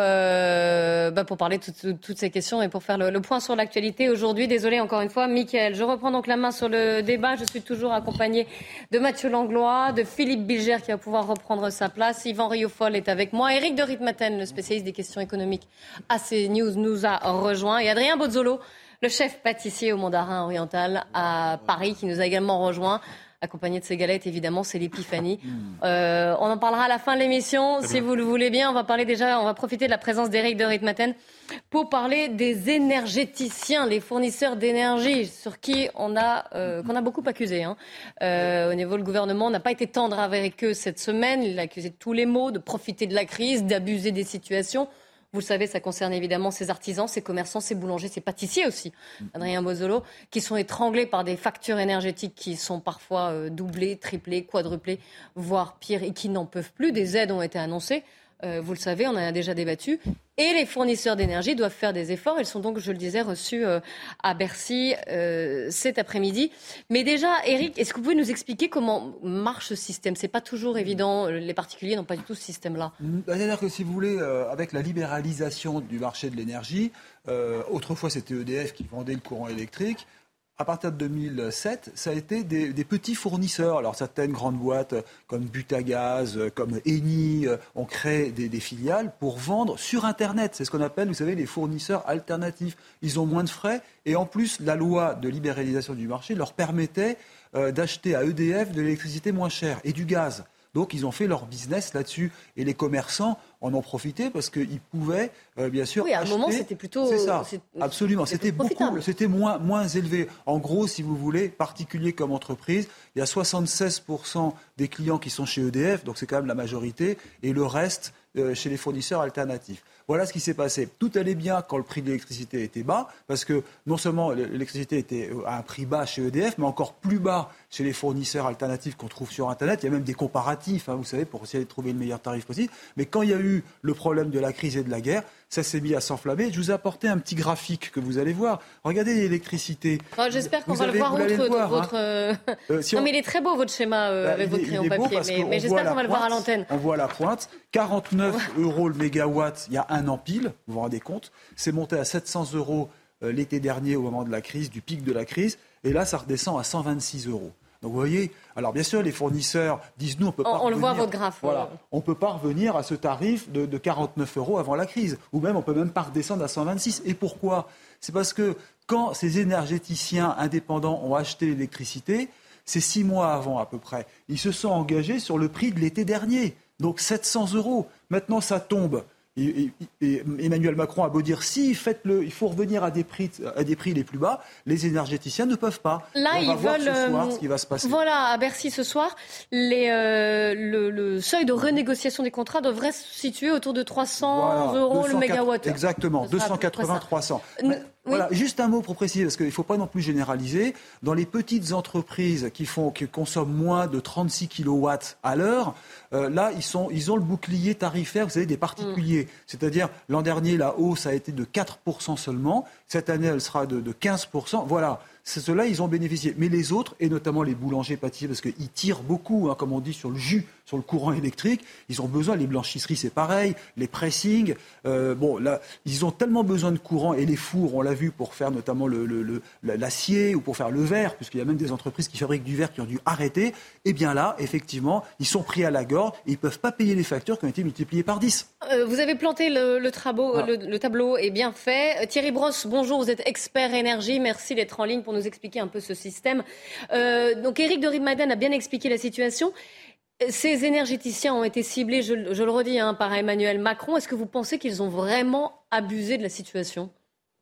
euh, bah pour parler de tout, toutes ces questions et pour faire le, le point sur l'actualité aujourd'hui. Désolé encore une fois, Mickaël. Je reprends donc la main sur le débat. Je suis toujours accompagnée de Mathieu Langlois, de Philippe Bilger qui va pouvoir reprendre sa place. Yvan Rioufol est avec moi. Éric de Ritmaten, le spécialiste des questions économiques à CNews, nous a rejoint. Et Adrien Bozzolo, le chef pâtissier au Mandarin Oriental à Paris, qui nous a également rejoint. Accompagné de ses galettes, évidemment, c'est l'épiphanie. Euh, on en parlera à la fin de l'émission, si vous le voulez bien. On va parler déjà, on va profiter de la présence d'Éric de Ritmaten pour parler des énergéticiens, les fournisseurs d'énergie, sur qui on a, euh, qu'on a beaucoup accusé. Hein. Euh, au niveau du gouvernement, on n'a pas été tendre avec eux cette semaine. Il a accusé de tous les maux, de profiter de la crise, d'abuser des situations. Vous le savez, ça concerne évidemment ces artisans, ces commerçants, ces boulangers, ces pâtissiers aussi, Adrien Bozzolo, qui sont étranglés par des factures énergétiques qui sont parfois euh, doublées, triplées, quadruplées, voire pire, et qui n'en peuvent plus. Des aides ont été annoncées, euh, vous le savez, on en a déjà débattu. Et les fournisseurs d'énergie doivent faire des efforts. Ils sont donc, je le disais, reçus euh, à Bercy euh, cet après-midi. Mais déjà, Éric, est-ce que vous pouvez nous expliquer comment marche ce système ? C'est pas toujours évident. Les particuliers n'ont pas du tout ce système-là. C'est-à-dire que si vous voulez, euh, avec la libéralisation du marché de l'énergie, euh, autrefois c'était E D F qui vendait le courant électrique. À partir de deux mille sept, ça a été des, des petits fournisseurs. Alors certaines grandes boîtes comme Butagaz, comme Eni ont créé des, des filiales pour vendre sur Internet. C'est ce qu'on appelle, vous savez, les fournisseurs alternatifs. Ils ont moins de frais et en plus, la loi de libéralisation du marché leur permettait euh, d'acheter à E D F de l'électricité moins chère et du gaz. Donc ils ont fait leur business là-dessus. Et les commerçants en ont profité parce qu'ils pouvaient, euh, bien sûr, oui, à un acheter. moment, c'était plutôt... C'est ça, c'est... absolument. C'était, beaucoup, c'était moins, moins élevé. En gros, si vous voulez, particulier comme entreprise, il y a soixante-seize pour cent des clients qui sont chez E D F, donc c'est quand même la majorité, et le reste euh, chez les fournisseurs alternatifs. Voilà ce qui s'est passé. Tout allait bien quand le prix de l'électricité était bas, parce que non seulement l'électricité était à un prix bas chez E D F, mais encore plus bas chez les fournisseurs alternatifs qu'on trouve sur Internet. Il y a même des comparatifs, hein, vous savez, pour essayer de trouver le meilleur tarif possible. Mais quand il y a eu le problème de la crise et de la guerre, ça s'est mis à s'enflammer. Je vous ai apporté un petit graphique que vous allez voir. Regardez l'électricité. Oh, j'espère qu'on vous va avez, le voir autre. voir, votre... hein. euh, si on... Non, mais il est très beau votre schéma euh, bah, avec votre crayon papier. Mais, mais j'espère qu'on va le voir à l'antenne. On voit la pointe. quarante-neuf euros le mégawatt il y a un an pile. Vous vous rendez compte ? C'est monté à sept cents euros euh, l'été dernier au moment de la crise, du pic de la crise. Et là, ça redescend à cent vingt-six euros. Donc vous voyez, alors bien sûr, les fournisseurs disent nous, on peut pas. On, on revenir, le voit votre graphe. Voilà, on peut pas revenir à ce tarif de, de quarante-neuf euros avant la crise, ou même on peut même pas redescendre à cent vingt-six. Et pourquoi ? C'est parce que quand ces énergéticiens indépendants ont acheté l'électricité, c'est six mois avant à peu près, ils se sont engagés sur le prix de l'été dernier, donc sept cents euros. Maintenant, ça tombe. Et, et, et Emmanuel Macron a beau dire si faites-le, il faut revenir à des prix à des prix les plus bas, les énergéticiens ne peuvent pas. Là, on va ils voir veulent ce soir ce qui va se passer. Voilà, à Bercy ce soir, les, euh, le, le seuil de renégociation des contrats devrait se situer autour de trois cents voilà, euros le mégawattheure. Exactement, deux cent quatre-vingts, trois cents. Mais, oui. Voilà, juste un mot pour préciser, parce qu'il ne faut pas non plus généraliser. Dans les petites entreprises qui, font, qui consomment moins de trente-six kilowatts à l'heure, euh, là, ils, sont, ils ont le bouclier tarifaire, vous savez, des particuliers. Mm. C'est-à-dire, l'an dernier, la hausse a été de quatre pour cent seulement. Cette année, elle sera de, de quinze pour cent. Voilà. C'est ceux-là, ils ont bénéficié. Mais les autres, et notamment les boulangers pâtissiers, parce qu'ils tirent beaucoup, hein, comme on dit, sur le jus, sur le courant électrique, ils ont besoin, les blanchisseries, c'est pareil, les pressings. Euh, bon, là, ils ont tellement besoin de courant, et les fours, on l'a vu, pour faire notamment le, le, le, l'acier ou pour faire le verre, puisqu'il y a même des entreprises qui fabriquent du verre qui ont dû arrêter. Et bien là, effectivement, ils sont pris à la gorge et ils ne peuvent pas payer les factures qui ont été multipliées par dix. Euh, vous avez planté le, le, trabo, ah. le, le tableau, est bien fait. Thierry Brosse, bonjour, vous êtes expert énergie. Merci d'être en ligne pour nous expliquer un peu ce système. Euh, donc Éric de Rijmaden a bien expliqué la situation. Ces énergéticiens ont été ciblés, je, je le redis, hein, par Emmanuel Macron. Est-ce que vous pensez qu'ils ont vraiment abusé de la situation ?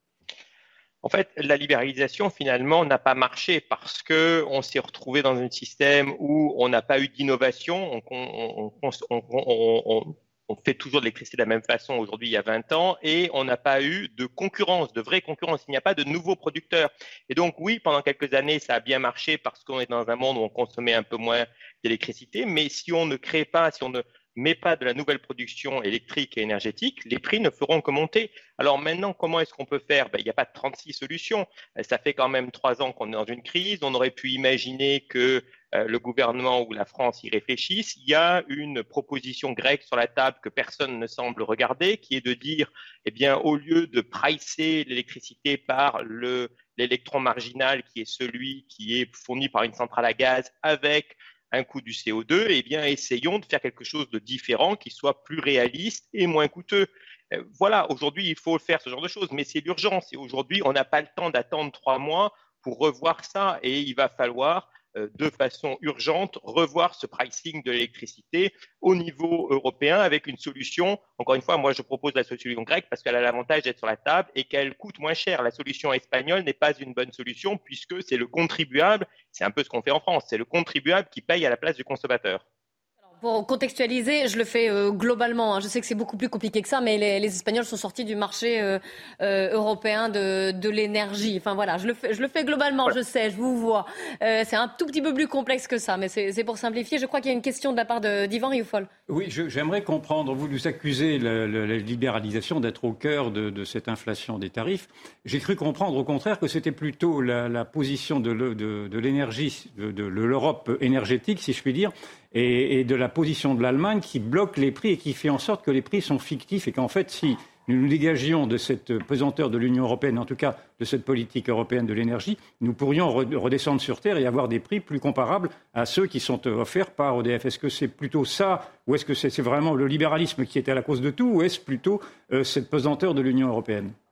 En fait, la libéralisation, finalement, n'a pas marché parce qu'on s'est retrouvé dans un système où on n'a pas eu d'innovation. On, on, on, on, on, on, on fait toujours de l'électricité de la même façon aujourd'hui, il y a vingt ans, et on n'a pas eu de concurrence, de vraie concurrence. Il n'y a pas de nouveaux producteurs. Et donc, oui, pendant quelques années, ça a bien marché parce qu'on est dans un monde où on consommait un peu moins d'électricité. Mais si on ne crée pas, si on ne met pas de la nouvelle production électrique et énergétique, les prix ne feront que monter. Alors maintenant, comment est-ce qu'on peut faire ? Ben, il n'y a pas trente-six solutions. Ça fait quand même trois ans qu'on est dans une crise. On aurait pu imaginer que euh, le gouvernement ou la France y réfléchisse. Il y a une proposition grecque sur la table que personne ne semble regarder, qui est de dire, eh bien, au lieu de pricer l'électricité par le, l'électron marginal, qui est celui qui est fourni par une centrale à gaz avec un coût du C O deux, eh bien, essayons de faire quelque chose de différent, qui soit plus réaliste et moins coûteux. Euh, voilà, aujourd'hui, il faut faire ce genre de choses, mais c'est l'urgence. Et aujourd'hui, on n'a pas le temps d'attendre trois mois pour revoir ça. Et il va falloir, euh, de façon urgente, revoir ce pricing de l'électricité au niveau européen avec une solution. Encore une fois, moi, je propose la solution grecque parce qu'elle a l'avantage d'être sur la table et qu'elle coûte moins cher. La solution espagnole n'est pas une bonne solution puisque c'est le contribuable, c'est un peu ce qu'on fait en France, c'est le contribuable qui paye à la place du consommateur. Pour contextualiser, je le fais euh, globalement. Hein. Je sais que c'est beaucoup plus compliqué que ça, mais les, les Espagnols sont sortis du marché euh, euh, européen de, de l'énergie. Enfin voilà, je le fais, je le fais globalement. Voilà. Je sais, je vous vois. Euh, c'est un tout petit peu plus complexe que ça, mais c'est, c'est pour simplifier. Je crois qu'il y a une question de la part de, d'Yvan Rioufol. Oui, je, j'aimerais comprendre. Vous nous accusez la, la, la libéralisation d'être au cœur de, de cette inflation des tarifs. J'ai cru comprendre au contraire que c'était plutôt la, la position de, le, de, de l'énergie, de, de l'Europe énergétique, si je puis dire, et, et de la position de l'Allemagne qui bloque les prix et qui fait en sorte que les prix sont fictifs et qu'en fait, si nous nous dégagions de cette pesanteur de l'Union européenne, en tout cas de cette politique européenne de l'énergie, nous pourrions redescendre sur Terre et avoir des prix plus comparables à ceux qui sont offerts par E D F. Est-ce que c'est plutôt ça, ou est-ce que c'est, c'est vraiment le libéralisme qui était à la cause de tout, ou est-ce plutôt euh, cette pesanteur de l'Union européenne ?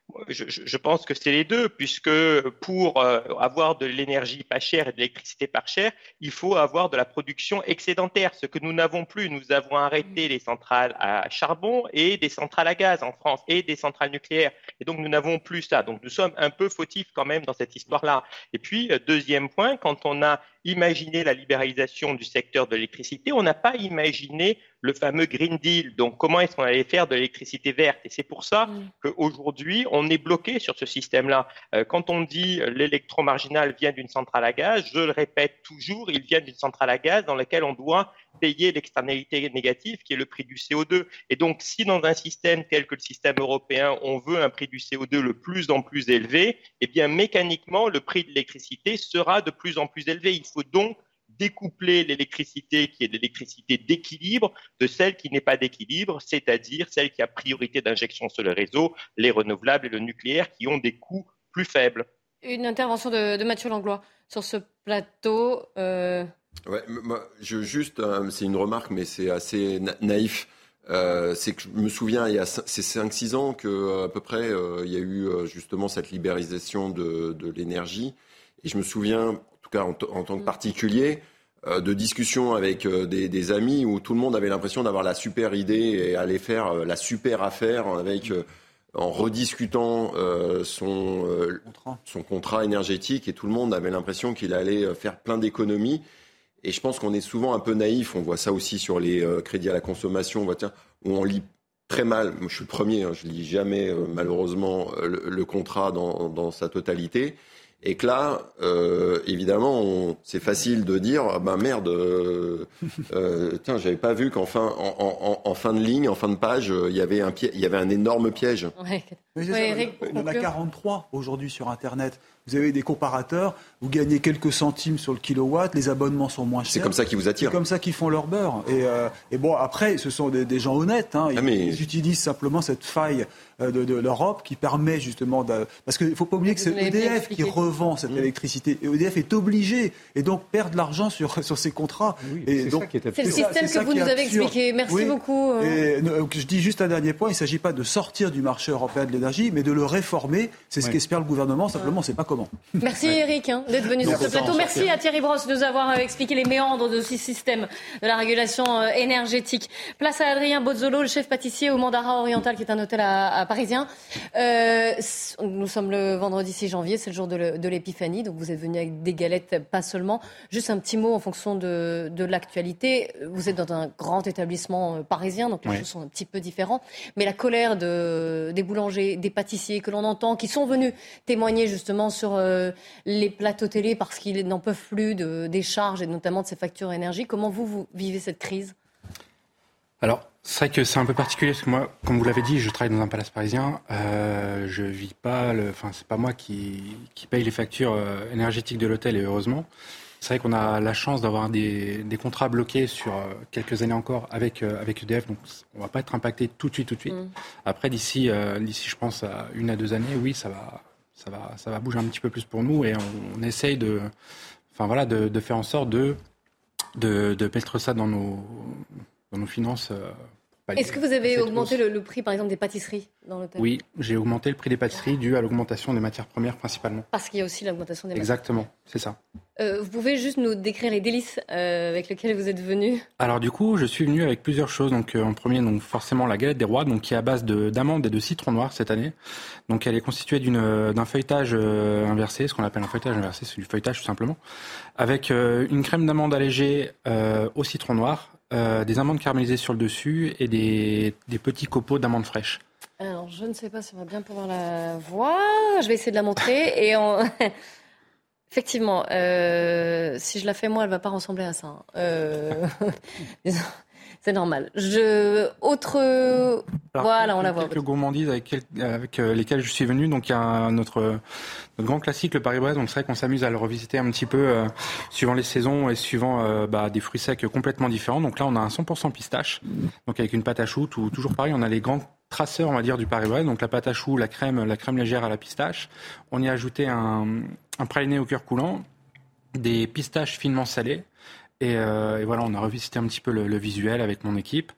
Je, je pense que c'est les deux, puisque pour euh, avoir de l'énergie pas chère et de l'électricité pas chère, il faut avoir de la production excédentaire, ce que nous n'avons plus. Nous avons arrêté les centrales à charbon et des centrales à gaz en France et des centrales nucléaires. Et donc, nous n'avons plus ça. Donc, nous sommes un peu fautifs quand même dans cette histoire-là. Et puis, deuxième point, quand on a imaginé la libéralisation du secteur de l'électricité, on n'a pas imaginé le fameux Green Deal. Donc, comment est-ce qu'on allait faire de l'électricité verte? Et c'est pour ça mmh. qu'aujourd'hui, on est bloqué sur ce système-là. Euh, quand on dit l'électromarginal vient d'une centrale à gaz, je le répète toujours, il vient d'une centrale à gaz dans laquelle on doit payer l'externalité négative qui est le prix du C O deux. Et donc, si dans un système tel que le système européen, on veut un prix du C O deux le plus en plus élevé, eh bien, mécaniquement, le prix de l'électricité sera de plus en plus élevé. Il faut donc découpler l'électricité qui est de l'électricité d'équilibre de celle qui n'est pas d'équilibre, c'est-à-dire celle qui a priorité d'injection sur le réseau, les renouvelables et le nucléaire qui ont des coûts plus faibles. Une intervention de, de Mathieu Langlois sur ce plateau. Euh... Ouais, moi, je, juste, euh, c'est une remarque, mais c'est assez na- naïf. Euh, c'est que je me souviens, il y a c'est cinq six ans que à peu près euh, il y a eu euh, justement cette libéralisation de, de l'énergie. Et je me souviens, en tout cas en, t- en tant que particulier, euh, de discussions avec euh, des, des amis où tout le monde avait l'impression d'avoir la super idée et aller faire euh, la super affaire avec euh, en rediscutant euh, son euh, contrat. son contrat énergétique, et tout le monde avait l'impression qu'il allait faire plein d'économies. Et je pense qu'on est souvent un peu naïf. On voit ça aussi sur les euh, crédits à la consommation. On voit, tiens, où on lit très mal. Moi, je suis le premier. Hein, je lis jamais, euh, malheureusement, euh, le, le contrat dans, dans sa totalité. Et que là, euh, évidemment, on, c'est facile de dire, ah ben merde, euh, euh, tiens, j'avais pas vu qu'en fin, en, en, en fin de ligne, en fin de page, il y avait un pied, il y avait un énorme piège. Ouais. Oui, c'est ouais, ça, Eric, il y en a quarante-trois aujourd'hui sur Internet. Vous avez des comparateurs, vous gagnez quelques centimes sur le kilowatt, les abonnements sont moins chers. C'est comme ça qu'ils vous attirent. C'est comme ça qu'ils font leur beurre. Et, euh, et bon, après, ce sont des, des gens honnêtes. Hein. Ils, ah mais... ils utilisent simplement cette faille de, de l'Europe qui permet justement... De... Parce qu'il ne faut pas oublier que c'est E D F qui revend cette mmh. électricité. Et E D F est obligé, et donc perd de l'argent sur, sur ses contrats. Oui, et c'est donc, ça qui est c'est le système c'est que vous nous avez expliqué. Merci oui. beaucoup. Et, je dis juste un dernier point, il ne s'agit pas de sortir du marché européen de l'énergie, mais de le réformer. C'est ce oui. qu'espère le gouvernement, simplement, c'est pas comment. Merci ouais. Eric hein, d'être venu sur ce plateau. Merci à Thierry Brosse de nous avoir expliqué les méandres de ce système de la régulation énergétique. Place à Adrien Bozzolo, le chef pâtissier au Mandara Oriental, qui est un hôtel à, à parisien. Euh, nous sommes le vendredi six janvier, c'est le jour de, le, de l'épiphanie, donc vous êtes venu avec des galettes, pas seulement. Juste un petit mot en fonction de, de l'actualité. Vous êtes dans un grand établissement parisien, donc les oui. choses sont un petit peu différentes. Mais la colère de, des boulangers, des pâtissiers que l'on entend, qui sont venus témoigner justement sur euh, les plateaux télé parce qu'ils n'en peuvent plus de, des charges et notamment de ces factures énergie. Comment vous, vous vivez cette crise ? Alors, c'est vrai que c'est un peu particulier parce que moi, comme vous l'avez dit, je travaille dans un palace parisien. Euh, je vis pas, le, enfin, c'est pas moi qui, qui paye les factures euh, énergétiques de l'hôtel, et heureusement. C'est vrai qu'on a la chance d'avoir des, des contrats bloqués sur euh, quelques années encore avec, euh, avec E D F, donc on va pas être impacté tout de suite, tout de suite. Mmh. Après, d'ici, euh, d'ici, je pense, à une à deux années, oui, ça va, ça va, ça va bouger un petit peu plus pour nous, et on, on essaye de, enfin voilà, de, de faire en sorte de, de, de mettre ça dans nos, dans nos finances. Euh, Est-ce que vous avez augmenté le, le prix, par exemple, des pâtisseries dans l'hôtel ? Oui, j'ai augmenté le prix des pâtisseries dû à l'augmentation des matières premières principalement. Parce qu'il y a aussi l'augmentation des matières Exactement, premières. c'est ça. Euh, vous pouvez juste nous décrire les délices euh, avec lesquels vous êtes venu ? Alors du coup, je suis venu avec plusieurs choses. Donc euh, en premier, donc forcément la galette des rois, donc qui est à base de, d'amandes et de citron noir cette année. Donc elle est constituée d'une, d'un feuilletage euh, inversé, ce qu'on appelle un feuilletage inversé, c'est du feuilletage tout simplement, avec euh, une crème d'amande allégée euh, au citron noir. Euh, des amandes caramélisées sur le dessus et des, des petits copeaux d'amandes fraîches. Alors, je ne sais pas si on va bien pouvoir la voir. Je vais essayer de la montrer. Et on... Effectivement, euh, si je la fais moi, elle ne va pas ressembler à ça. Euh... C'est normal. Je... Autre... Alors, voilà, on la voit. Quelques gourmandises avec, quel... avec euh, lesquelles je suis venu. Donc, il y a notre, notre grand classique, le Paris-Brest. Donc, c'est vrai qu'on s'amuse à le revisiter un petit peu euh, suivant les saisons et suivant euh, bah, des fruits secs complètement différents. Donc là, on a un cent pour cent pistache. Donc, avec une pâte à choux, tout, toujours pareil. On a les grands traceurs, on va dire, du Paris-Brest. Donc, la pâte à choux, la crème, la crème légère à la pistache. On y a ajouté un, un praliné au cœur coulant, des pistaches finement salées. Et, euh, et voilà, on a revisité un petit peu le, le visuel avec mon équipe.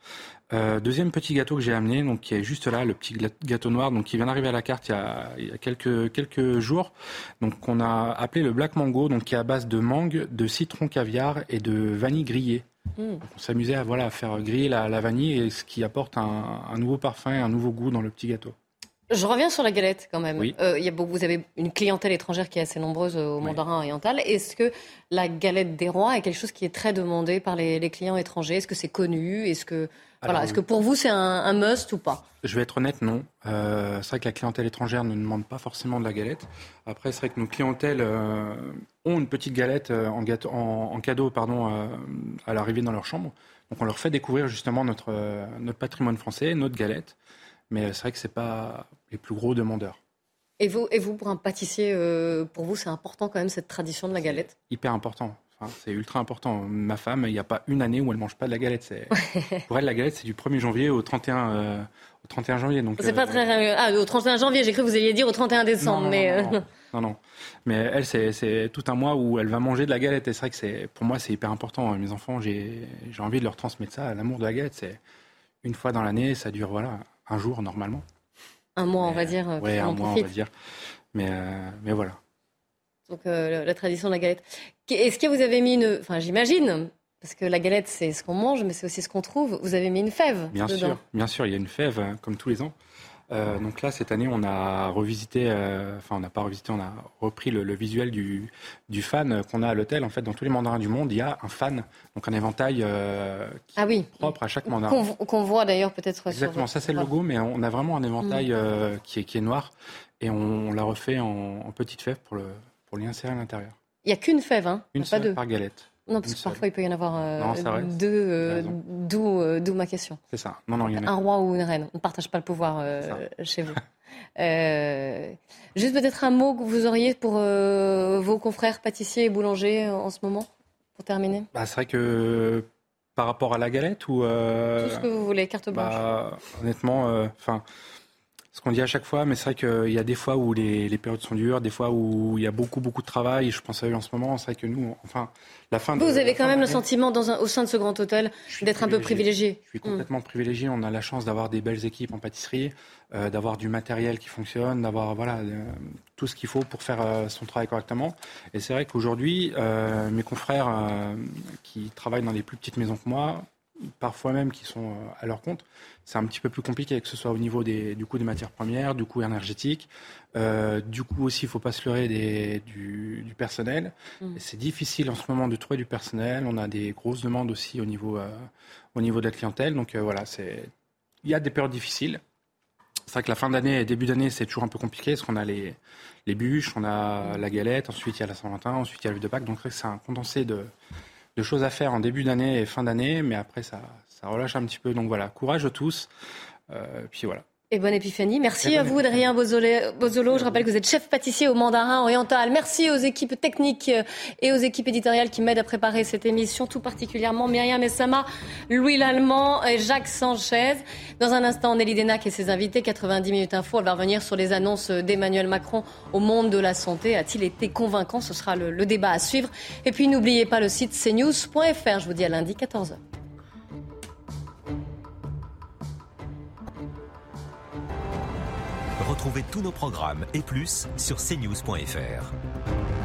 Euh, deuxième petit gâteau que j'ai amené, donc qui est juste là, le petit gâteau noir, donc qui vient d'arriver à la carte il y a, il y a quelques quelques jours. Donc on a appelé le Black Mango, donc qui est à base de mangue, de citron caviar et de vanille grillée. Mmh. Donc, on s'amusait à voilà à faire griller la, la vanille, et ce qui apporte un, un nouveau parfum, un nouveau goût dans le petit gâteau. Je reviens sur la galette quand même. Oui. Euh, il y a, vous avez une clientèle étrangère qui est assez nombreuse au Mandarin oriental. Est-ce que la galette des rois est quelque chose qui est très demandé par les, les clients étrangers? Est-ce que c'est connu? Est-ce que, Alors, voilà, est-ce que pour vous c'est un, un must ou pas? Je vais être honnête, non. Euh, c'est vrai que la clientèle étrangère ne demande pas forcément de la galette. Après, c'est vrai que nos clientèles euh, ont une petite galette euh, en, gâteau, en, en cadeau pardon, euh, à l'arrivée dans leur chambre. Donc on leur fait découvrir justement notre, euh, notre patrimoine français, notre galette. Mais c'est vrai que c'est pas les plus gros demandeurs. Et vous, et vous pour un pâtissier, euh, pour vous, c'est important quand même cette tradition de la galette? C'est hyper important. Enfin, c'est ultra important. Ma femme, il n'y a pas une année où elle mange pas de la galette. C'est... Pour elle, la galette, c'est du premier janvier au trente et un, euh, au trente et un janvier. Donc, c'est euh, pas très... Ah, au trente et un janvier, j'ai cru que vous alliez dire au trente et un décembre. Non, non, mais... non, non, non, non. Mais elle, c'est, c'est tout un mois où elle va manger de la galette. Et c'est vrai que c'est, pour moi, c'est hyper important. Mes enfants, j'ai, j'ai envie de leur transmettre ça. L'amour de la galette, c'est une fois dans l'année. Ça dure, voilà, un jour normalement. Un mois, mais, on va dire. Oui, un mois, on va dire. Mais, euh, mais voilà. Donc, euh, la tradition de la galette. Est-ce que vous avez mis une... Enfin, j'imagine, parce que la galette, c'est ce qu'on mange, mais c'est aussi ce qu'on trouve. Vous avez mis une fève Bien dedans. sûr, bien sûr, il y a une fève, hein, comme tous les ans. Euh, donc là, cette année, on a revisité, euh, enfin, on n'a pas revisité, on a repris le, le visuel du, du fan qu'on a à l'hôtel. En fait, dans tous les mandarins du monde, il y a un fan, donc un éventail euh, qui ah oui. est propre à chaque mandarin. Qu'on, qu'on voit d'ailleurs peut-être Exactement, sur... ça c'est le logo, mais on a vraiment un éventail mmh. euh, qui, est, qui est noir, et on, on l'a refait en, en petite fève pour, le, pour l'y insérer à l'intérieur. Il n'y a qu'une fève, hein? Une pas seule deux. par galette. Non, parce que parfois, il peut y en avoir euh, non, deux, euh, d'où, euh, d'où ma question. C'est ça. Non, non, il y en a. Un roi ou une reine. On ne partage pas le pouvoir euh, chez vous. euh, juste peut-être un mot que vous auriez pour euh, vos confrères pâtissiers et boulangers en ce moment, pour terminer. Bah, c'est vrai que par rapport à la galette ou... Euh, Tout ce que vous voulez, carte blanche. Bah, honnêtement, enfin... Euh, ce qu'on dit à chaque fois, mais c'est vrai qu'il y a des fois où les, les périodes sont dures, des fois où il y a beaucoup, beaucoup de travail. Je pense à eux en ce moment. C'est vrai que nous, enfin, la fin de... Vous avez quand même le sentiment, dans un, au sein de ce grand hôtel, d'être un peu privilégié. Je suis complètement mmh. privilégié. On a la chance d'avoir des belles équipes en pâtisserie, euh, d'avoir du matériel qui fonctionne, d'avoir voilà, euh, tout ce qu'il faut pour faire euh, son travail correctement. Et c'est vrai qu'aujourd'hui, euh, mes confrères euh, qui travaillent dans les plus petites maisons que moi, parfois même qui sont à leur compte, c'est un petit peu plus compliqué, que ce soit au niveau des, du coût des matières premières, du coût énergétique, euh, du coup aussi, il ne faut pas se leurrer des, du, du personnel. Mmh. Et c'est difficile en ce moment de trouver du personnel, on a des grosses demandes aussi au niveau, euh, au niveau de la clientèle, donc euh, voilà, c'est... il y a des périodes difficiles. C'est vrai que la fin d'année et début d'année, c'est toujours un peu compliqué, parce qu'on a les, les bûches, on a la galette, ensuite il y a la Saint-Valentin, ensuite il y a l'huile de Pâques, donc c'est un condensé de... de choses à faire en début d'année et fin d'année, mais après ça, ça relâche un petit peu. Donc voilà, courage à tous. Euh, puis voilà. Et bonne épiphanie. Merci à vous, Adrien Bozzolo. Je rappelle que vous êtes chef pâtissier au Mandarin Oriental. Merci aux équipes techniques et aux équipes éditoriales qui m'aident à préparer cette émission, tout particulièrement Myriam Essama, Louis Lallemand et Jacques Sanchez. Dans un instant, Nelly Denac et ses invités, quatre-vingt-dix minutes info. Elle va revenir sur les annonces d'Emmanuel Macron au monde de la santé. A-t-il été convaincant? Ce sera le, le débat à suivre. Et puis n'oubliez pas le site c news point f r. Je vous dis à lundi, quatorze heures. Retrouvez tous nos programmes et plus sur c news point f r.